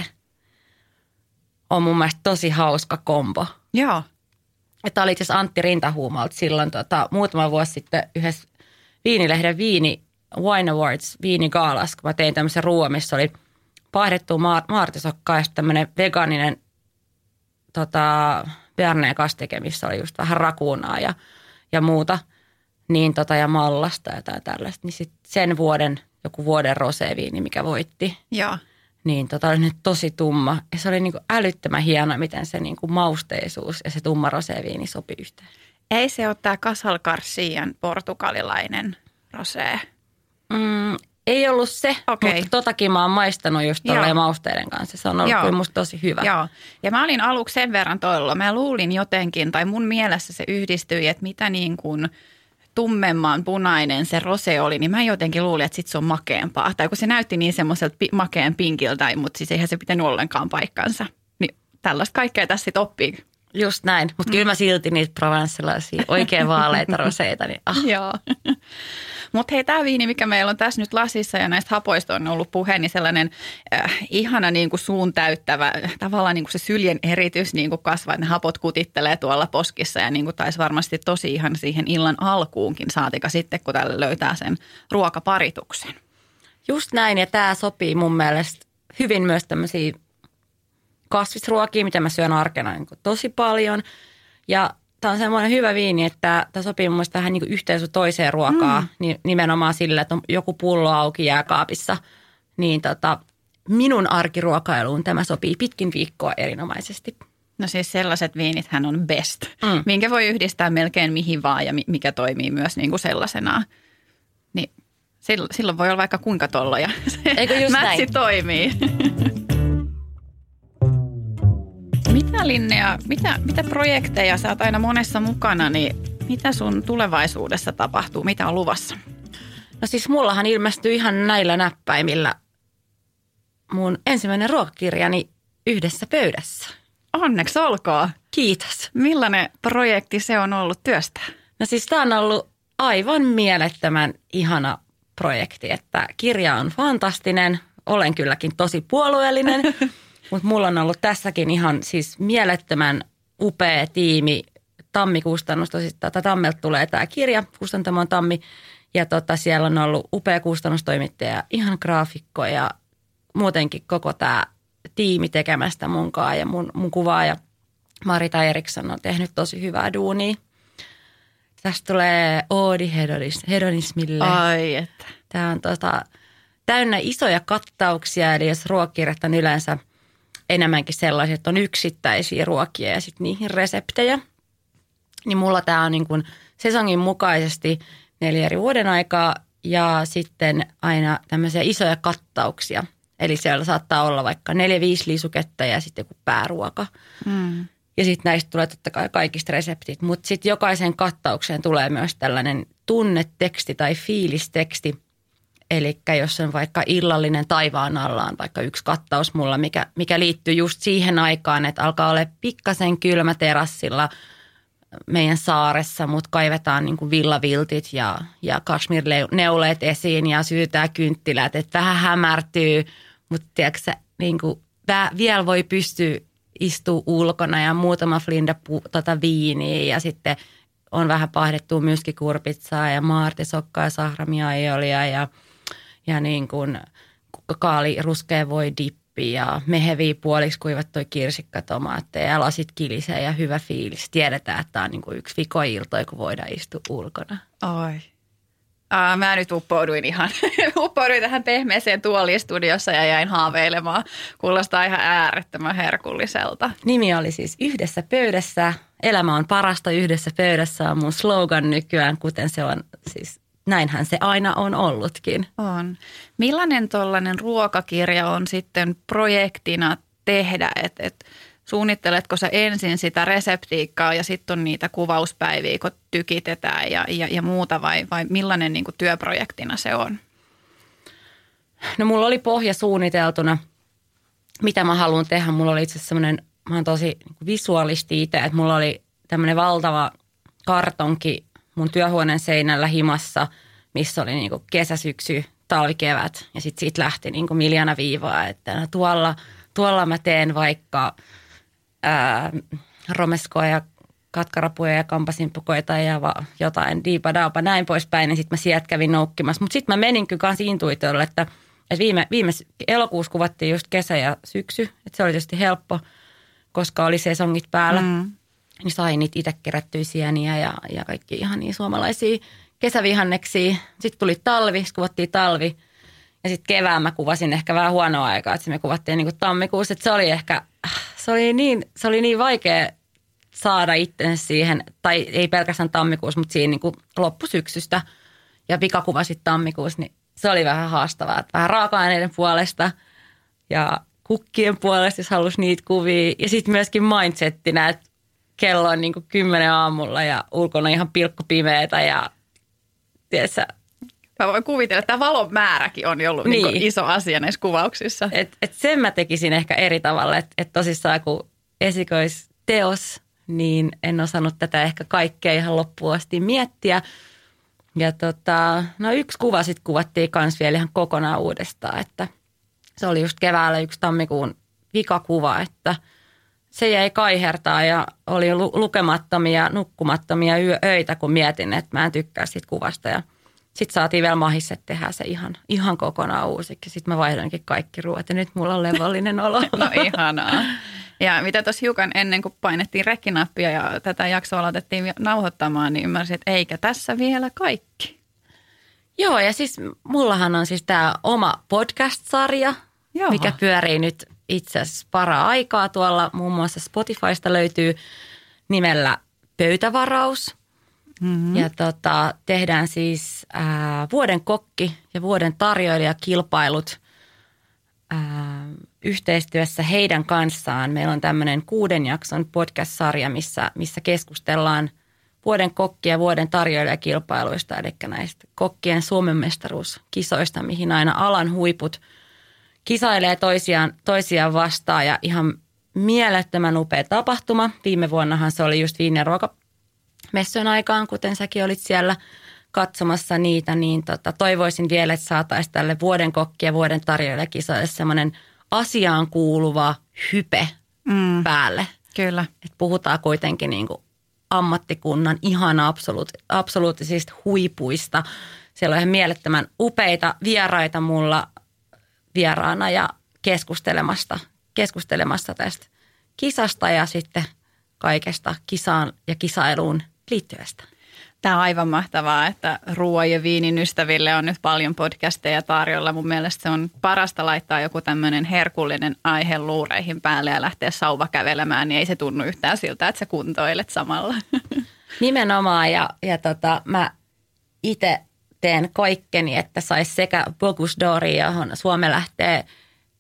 on mun mielestä tosi hauska kombo. Joo. Tämä oli itse asiassa Antti Rintahuumalta silloin tota, muutama vuosi sitten yhdessä viinilehden viini Wine Awards viinigaalas, kun mä tein tämmöisen ruoan, missä oli paahdettua ma- maartisokkaa ja sitten tämmöinen vegaaninen tota, Berneen kastike, missä oli just vähän rakuunaa ja, ja muuta, niin tota, ja mallasta ja jotain tällaista. Niin sitten sen vuoden, joku vuoden roséviini, mikä voitti, Joo. niin tota, oli nyt tosi tumma. Ja se oli niinku älyttömän hieno, miten se niinku mausteisuus ja se tumma roséviini sopi yhteen. Ei se ole tämä Casal Garcian portugalilainen rosé. Mm, ei ollut se, Okei. mutta totakin mä oon maistanut just tolleen Joo. mausteiden kanssa. Se on ollut Joo. kyllä musta tosi hyvä. Joo, ja mä olin aluksi sen verran toilla. Mä luulin jotenkin, tai mun mielessä se yhdistyi, että mitä niin kuin tummemman punainen se rose oli, niin mä jotenkin luulin, että sit se on makeampaa. Tai kun se näytti niin semmoiselta pi- makeen pinkiltä, mutta siis eihän se pitänyt ollenkaan paikkansa. Niin tällaista kaikkea tässä sitten oppii. Just näin, mutta kyllä mä silti niitä provenssalaisia oikein vaaleita roseita. Niin, ah. Joo. Mutta hei, tämä viini, mikä meillä on tässä nyt lasissa ja näistä hapoista on ollut puhe, niin sellainen äh, ihana niin kuin suun täyttävä, tavallaan niin kuin se syljen eritys niin kuin kasvaa, että ne hapot kutittelee tuolla poskissa ja niin kuin taisi varmasti tosi ihan siihen illan alkuunkin saatika sitten, kun tälle löytää sen ruokaparituksen. Just näin, ja tämä sopii mun mielestä hyvin myös tämmöisiä kasvisruokia, mitä mä syön arkena niin kuin tosi paljon. Ja tämä on semmoinen hyvä viini, että tämä sopii mun mielestä vähän niin kuin yhteen sun toiseen ruokaan, mm. niin nimenomaan sillä, että on joku pullo auki jääkaapissa. Niin tota, minun arkiruokailuun tämä sopii pitkin viikkoa erinomaisesti. No siis sellaiset viinithän on best, Mm. minkä voi yhdistää melkein mihin vaan ja mikä toimii myös niin kuin sellaisenaan. Niin silloin voi olla vaikka kuinka tolloja. Eikö just Mätsi näin? toimii. Mitä Linnea, mitä, mitä projekteja, sä oot aina monessa mukana, niin mitä sun tulevaisuudessa tapahtuu, mitä on luvassa? No siis mullahan ilmestyy ihan näillä näppäimillä mun ensimmäinen ruokakirjani Yhdessä pöydässä. Onneksi olkoon. Kiitos. Millainen projekti se on ollut työstää? No siis tää on ollut aivan mielettömän ihana projekti, että kirja on fantastinen, olen kylläkin tosi puolueellinen, mutta mulla on ollut tässäkin ihan siis mielettömän upea tiimi. Tammi-kustannus, siis tota, Tammelta tulee tämä kirja, kustantamo on Tammi, ja tota, siellä on ollut upea kustannustoimittaja, ihan graafikko ja muutenkin koko tämä tiimi tekemästä munkaan ja mun, mun kuvaa ja Marita Eriksson on tehnyt tosi hyvää duunia. Tästä tulee oodi hedonismille. Ai että. Tämä on tota, täynnä isoja kattauksia, eli jos ruokakirjat on yleensä enemmänkin sellaisia, että on yksittäisiä ruokia ja sitten niihin reseptejä, niin mulla tämä on niin kuin sesongin mukaisesti neljä eri vuoden aikaa ja sitten aina tämmöisiä isoja kattauksia Eli siellä saattaa olla vaikka neljä, viisi lisuketta ja sitten joku pääruoka. Mm. Ja sitten näistä tulee totta kai kaikista reseptit. Mutta sitten jokaisen kattaukseen tulee myös tällainen tunneteksti tai fiilisteksti. Eli jos on vaikka illallinen taivaan alla on vaikka yksi kattaus mulla, mikä, mikä liittyy just siihen aikaan, että alkaa olla pikkasen kylmä terassilla meidän saaressa, mutta kaivetaan niin kuin villaviltit ja, ja kashmir-neuleet esiin ja syytää kynttilät, että vähän hämärtyy, mutta tiedätkö niin kuin, vielä voi pystyä istua ulkona ja muutama flinda tota viiniä ja sitten on vähän pahdettua myskikurpitsaa ja maartisokkaa ja sahramiaiolia ja, ja niin kuin kaali ruskea voi dippi ja meheviä puoliksi kuivattui kirsikkatomaatteja ja lasit kilisee ja hyvä fiilis. Tiedetään, että tämä on niin kuin yksi vikoiltoja, kun voidaan istua ulkona. Oi. Aa, mä nyt uppouduin ihan, uppouduin tähän pehmeeseen tuoliin studiossa ja jäin haaveilemaan. Kuulostaa ihan äärettömän herkulliselta. Nimi oli siis Yhdessä pöydässä. Elämä on parasta yhdessä pöydässä on mun slogan nykyään, kuten se on siis, näinhän se aina on ollutkin. On. Millainen tollainen ruokakirja on sitten projektina tehdä, että et, suunnitteletko sä ensin sitä reseptiikkaa ja sitten on niitä kuvauspäiviä, kun tykitetään ja, ja, ja muuta vai, vai millainen niin kuin työprojektina se on? No mulla oli pohja suunniteltuna, mitä mä haluan tehdä. Mulla oli itse asiassa semmoinen, mä oon tosi visuaalisti itse, että mulla oli tämmöinen valtava kartonki mun työhuoneen seinällä himassa, missä oli niin kuin kesä, syksy, talvi, kevät ja sitten siitä lähti niin kuin miljoona viivaa, että no tuolla, tuolla mä teen vaikka ää, romeskoa ja katkarapuja ja kampasimpukoita ja va, jotain diipadaapa näin poispäin. Ja sitten mä sieltä kävin noukkimassa. Mutta sitten mä menin kyllä kanssa intuitiolle, että, että viime, viime elokuussa kuvattiin just kesä ja syksy. Että se oli tietysti helppo, koska oli sesongit päällä. Mm. Niin sai niitä itse kerättyä sieniä ja, ja kaikki ihan niin suomalaisia kesävihanneksia. Sitten tuli talvi, sitten kuvattiin talvi. Ja sitten kevään mä kuvasin ehkä vähän huonoa aikaa, että me kuvattiin niin kuin tammikuussa. Että se oli ehkä, se oli niin, se oli niin vaikea saada itsensä siihen, tai ei pelkästään tammikuussa, mutta siinä niin kuin loppusyksystä. Ja pikakuva sitten tammikuussa, niin se oli vähän haastavaa. Että vähän raaka-aineiden puolesta ja kukkien puolesta, jos halusi niitä kuvia. Ja sitten myöskin mindsettinä, että kello on niin kuin kymmenen aamulla ja ulkona ihan pilkkupimeetä ja tiedätkö, mä voin kuvitella, että tämä valon määräkin on ollut niin. Niin iso asia näissä kuvauksissa. Et, et sen mä tekisin ehkä eri tavalla, että et tosissaan kun esikoisteos, niin en osannut tätä ehkä kaikkea ihan loppuun asti miettiä. Ja tota, no yksi kuva sitten kuvattiin kans vielä ihan kokonaan uudestaan, että se oli just keväällä yksi tammikuun vikakuva, että se jäi kaihertaa ja oli lu- lukemattomia, nukkumattomia yö- öitä, kun mietin, että mä en tykkää siitä kuvasta ja sitten saatiin vielä mahis, että tehdään se ihan, ihan kokonaan uusiksi. Sitten mä vaihdoinkin kaikki ruoat ja nyt mulla on levollinen olo. No ihanaa. Ja mitä tuossa hiukan ennen kuin painettiin rekkinappia ja tätä jaksoa aloitettiin nauhoittamaan, niin ymmärsin, että eikä tässä vielä kaikki. Joo, ja siis mullahan on siis tämä oma podcast-sarja, Joo. mikä pyörii nyt itse asiassa para-aikaa tuolla. Muun muassa Spotifysta löytyy nimellä Pöytävaraus. Mm-hmm. Ja tota, tehdään siis ää, vuoden kokki ja vuoden tarjoilijakilpailut ää, yhteistyössä heidän kanssaan. Meillä on tämmöinen kuuden jakson podcast-sarja, missä, missä keskustellaan vuoden kokki ja vuoden tarjoilijakilpailuista, eli näistä kokkien Suomen mestaruuskisoista, mihin aina alan huiput kisailee toisiaan, toisiaan vastaan ja ihan mielettömän upea tapahtuma. Viime vuonnahan se oli just viineruoka messujen aikaan, kuten säkin olit siellä katsomassa niitä, niin tota, toivoisin vielä, että saataisiin tälle vuoden kokki ja vuoden tarjoilijakisoille semmoinen asiaan kuuluva hype mm. päälle. Kyllä. Et puhutaan kuitenkin niin kuin ammattikunnan ihan absoluut, absoluuttisista huipuista. Siellä on ihan mielettömän upeita vieraita mulla vieraana ja keskustelemasta, keskustelemassa tästä kisasta ja sitten kaikesta kisaan ja kisailuun liittyvästä. Tämä on aivan mahtavaa, että ruoan ja viinin ystäville on nyt paljon podcasteja tarjolla. Mun mielestä se on parasta laittaa joku tämmöinen herkullinen aihe luureihin päälle ja lähteä sauva kävelemään, niin ei se tunnu yhtään siltä, että sä kuntoilet samalla. Nimenomaan ja, ja tota, mä itse teen kaikkeni, että saisi sekä Bocuse d'Oria, johon Suomi lähtee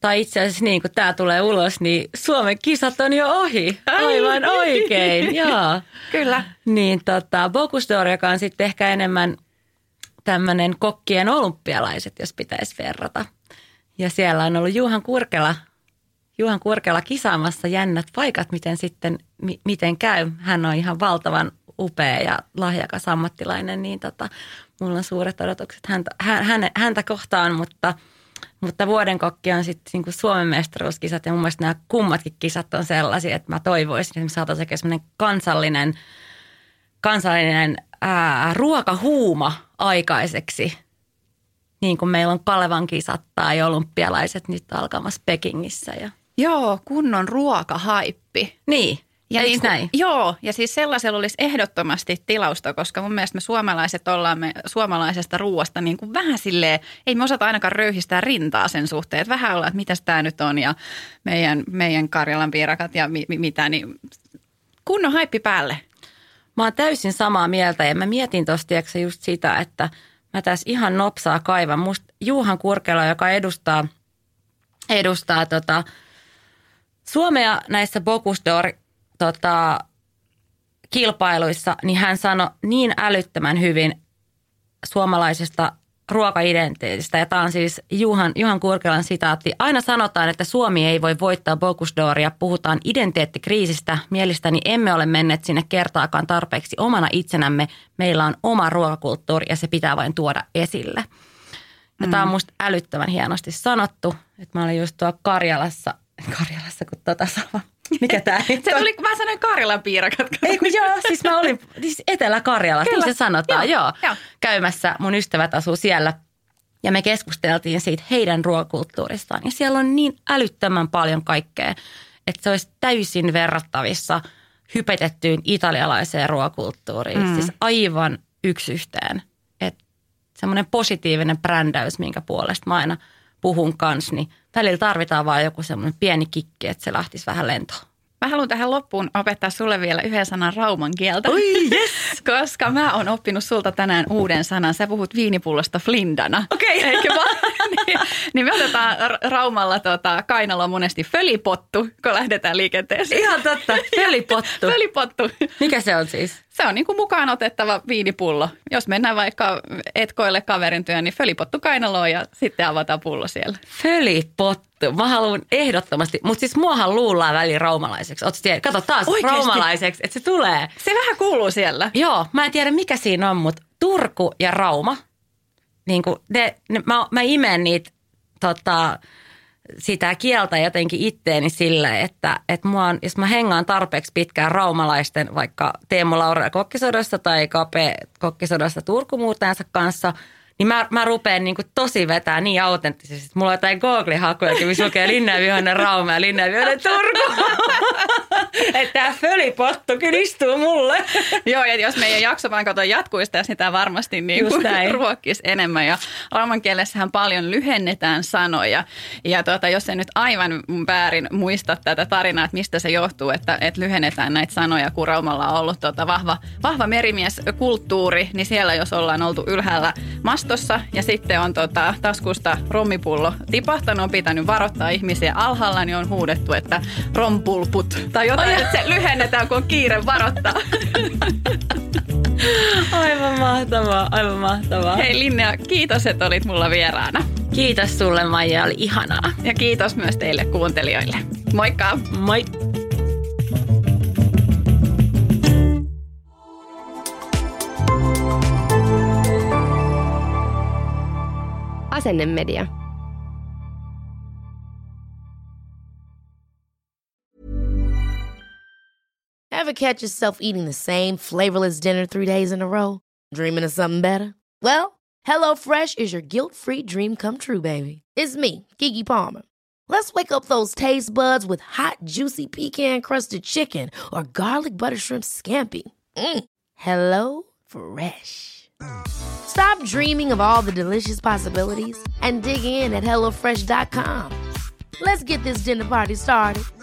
tai itse asiassa niin kun tämä tulee ulos, niin Suomen kisat on jo ohi. Aivan oikein, joo. Kyllä. Niin tota, Bocuse d'Or, joka on sitten ehkä enemmän tämmöinen kokkien olympialaiset, jos pitäisi verrata. Ja siellä on ollut Juhan Kurkela, Juhan Kurkela kisaamassa jännät paikat, miten sitten, mi, miten käy. Hän on ihan valtavan upea ja lahjakas ammattilainen, niin tota, mulla on suuret odotukset häntä, hän, häntä kohtaan, mutta, mutta vuoden kokki on sitten niin kuin Suomen mestaruuskisat ja mun mielestä nämä kummatkin kisat on sellaisia, että mä toivoisin, että me saataisiin oikein semmoinen kansallinen, kansallinen ää, ruokahuuma aikaiseksi, niin kuin meillä on Kalevan kisat tai olympialaiset nyt alkamassa Pekingissä. Ja. Joo, kunnon ruokahaippi. Niin. Ja Eikö niin kuin, näin? Joo, ja siis sellaisella olisi ehdottomasti tilausta, koska mun mielestä me suomalaiset ollaan me suomalaisesta ruuasta niin kuin vähän silleen, ei me osata ainakaan röyhistää rintaa sen suhteen, että vähän ollaan, että mitäs tämä nyt on ja meidän, meidän Karjalan piirakat ja mi, mi, mitä, niin kunnon haippi päälle. Mä oon täysin samaa mieltä ja mä mietin tosta just sitä, että mä tässä ihan nopsaa kaivan. Musta Juhan Kurkela, joka edustaa, edustaa tota Suomea näissä Bocuse d'Or tota, kilpailuissa, niin hän sanoi niin älyttömän hyvin suomalaisesta ruokaidentiteetistä. Ja tämä on siis Juhan, Juhan Kurkelan sitaatti. Aina sanotaan, että Suomi ei voi voittaa Bocuse d'Oria. Puhutaan identiteettikriisistä. Mielestäni emme ole menneet sinne kertaakaan tarpeeksi omana itsenämme. Meillä on oma ruokakulttuuri ja se pitää vain tuoda esille. Ja mm. tämä on musta älyttömän hienosti sanottu. Että mä olin just tuolla Karjalassa, Karjalassa kun tota sama. Mikä tää nyt Se on? tuli, kun mä sanoin Karjalan piirakat. Ei kun joo, siis mä olin siis Etelä-Karjalassa, niin se sanotaan, joo, joo, joo. Käymässä, mun ystävät asuu siellä ja me keskusteltiin siitä heidän ruokakulttuuristaan. Ja siellä on niin älyttömän paljon kaikkea, että se olisi täysin verrattavissa hypetettyyn italialaiseen ruokakulttuuriin. Mm. Siis aivan yksi yhteen. Että semmoinen positiivinen brändäys, minkä puolesta mä aina puhun kanssa, niin välillä tarvitaan vaan joku semmoinen pieni kikki, että se lähtisi vähän lentoon. Mä haluan tähän loppuun opettaa sulle vielä yhden sanan rauman kieltä. Oi, yes! Koska mä oon oppinut sulta tänään uuden sanan. Sä puhut viinipullosta flindana. Okei. Okay. Eikö vaan? niin, niin me otetaan Raumalla tota, kainaloa monesti fölipottu, kun lähdetään liikenteeseen. Ihan totta. Fölipottu. Fölipottu. Mikä se on siis? Se on niin kuin mukaan otettava viinipullo. Jos mennään vaikka etkoille kaverin työn, niin fölipottu kainaloon ja sitten avataan pullo siellä. Fölipottu. Mä haluan ehdottomasti, mutta siis muahan luullaan väliin raumalaiseksi. Ootko tiedä? Kato taas Oikeesti? Raumalaiseksi, että se tulee. Se vähän kuuluu siellä. Joo, mä en tiedä mikä siinä on, mutta Turku ja Rauma, niin kuin ne, ne, mä, mä imen niitä tota, sitä kieltä jotenkin itteeni silleen, että, että mua on, jos mä hengaan tarpeeksi pitkään raumalaisten vaikka Teemu Laura kokkisodasta tai Kape kokkisodasta Turku-muutajansa kanssa, niin mä, mä rupean niin kuin tosi vetää niin autenttisesti. Mulla on jotain Google-hakujakin, missä lukee Linnea Vihoinen Rauma ja Linnea Vihoinen Turku. Että tää fölipottu kyllä istuu mulle. Joo, ja jos meidän jakso vaan kato jatkuisi tässä, niin tämä varmasti niin ruokkisi enemmän. Ja rauman kielessähän paljon lyhennetään sanoja. Ja tuota, jos en nyt aivan väärin muista tätä tarinaa, että mistä se johtuu, että, että lyhennetään näitä sanoja, kun Raumalla on ollut tuota vahva, vahva merimieskulttuuri, niin siellä jos ollaan oltu ylhäällä mastossa ja sitten on tota, taskusta rommipullo tipahtanut, on pitänyt varoittaa ihmisiä alhaalla, niin on huudettu, että rompulput tai jotain, että se lyhennetään, kun on kiire varoittaa. Aivan mahtavaa, aivan mahtavaa. Hei Linnea, kiitos, että olit mulla vieraana. Kiitos sulle, Maija, oli ihanaa. Ja kiitos myös teille kuuntelijoille. Moikka! Moi! Asennemedia. Ever catch yourself eating the same flavorless dinner three days in a row? Dreaming of something better? Well, HelloFresh is your guilt-free dream come true, baby. It's me, Keke Palmer. Let's wake up those taste buds with hot, juicy pecan-crusted chicken or garlic butter shrimp scampi. Mm. Hello Fresh. Stop dreaming of all the delicious possibilities and dig in at hello fresh dot com. Let's get this dinner party started.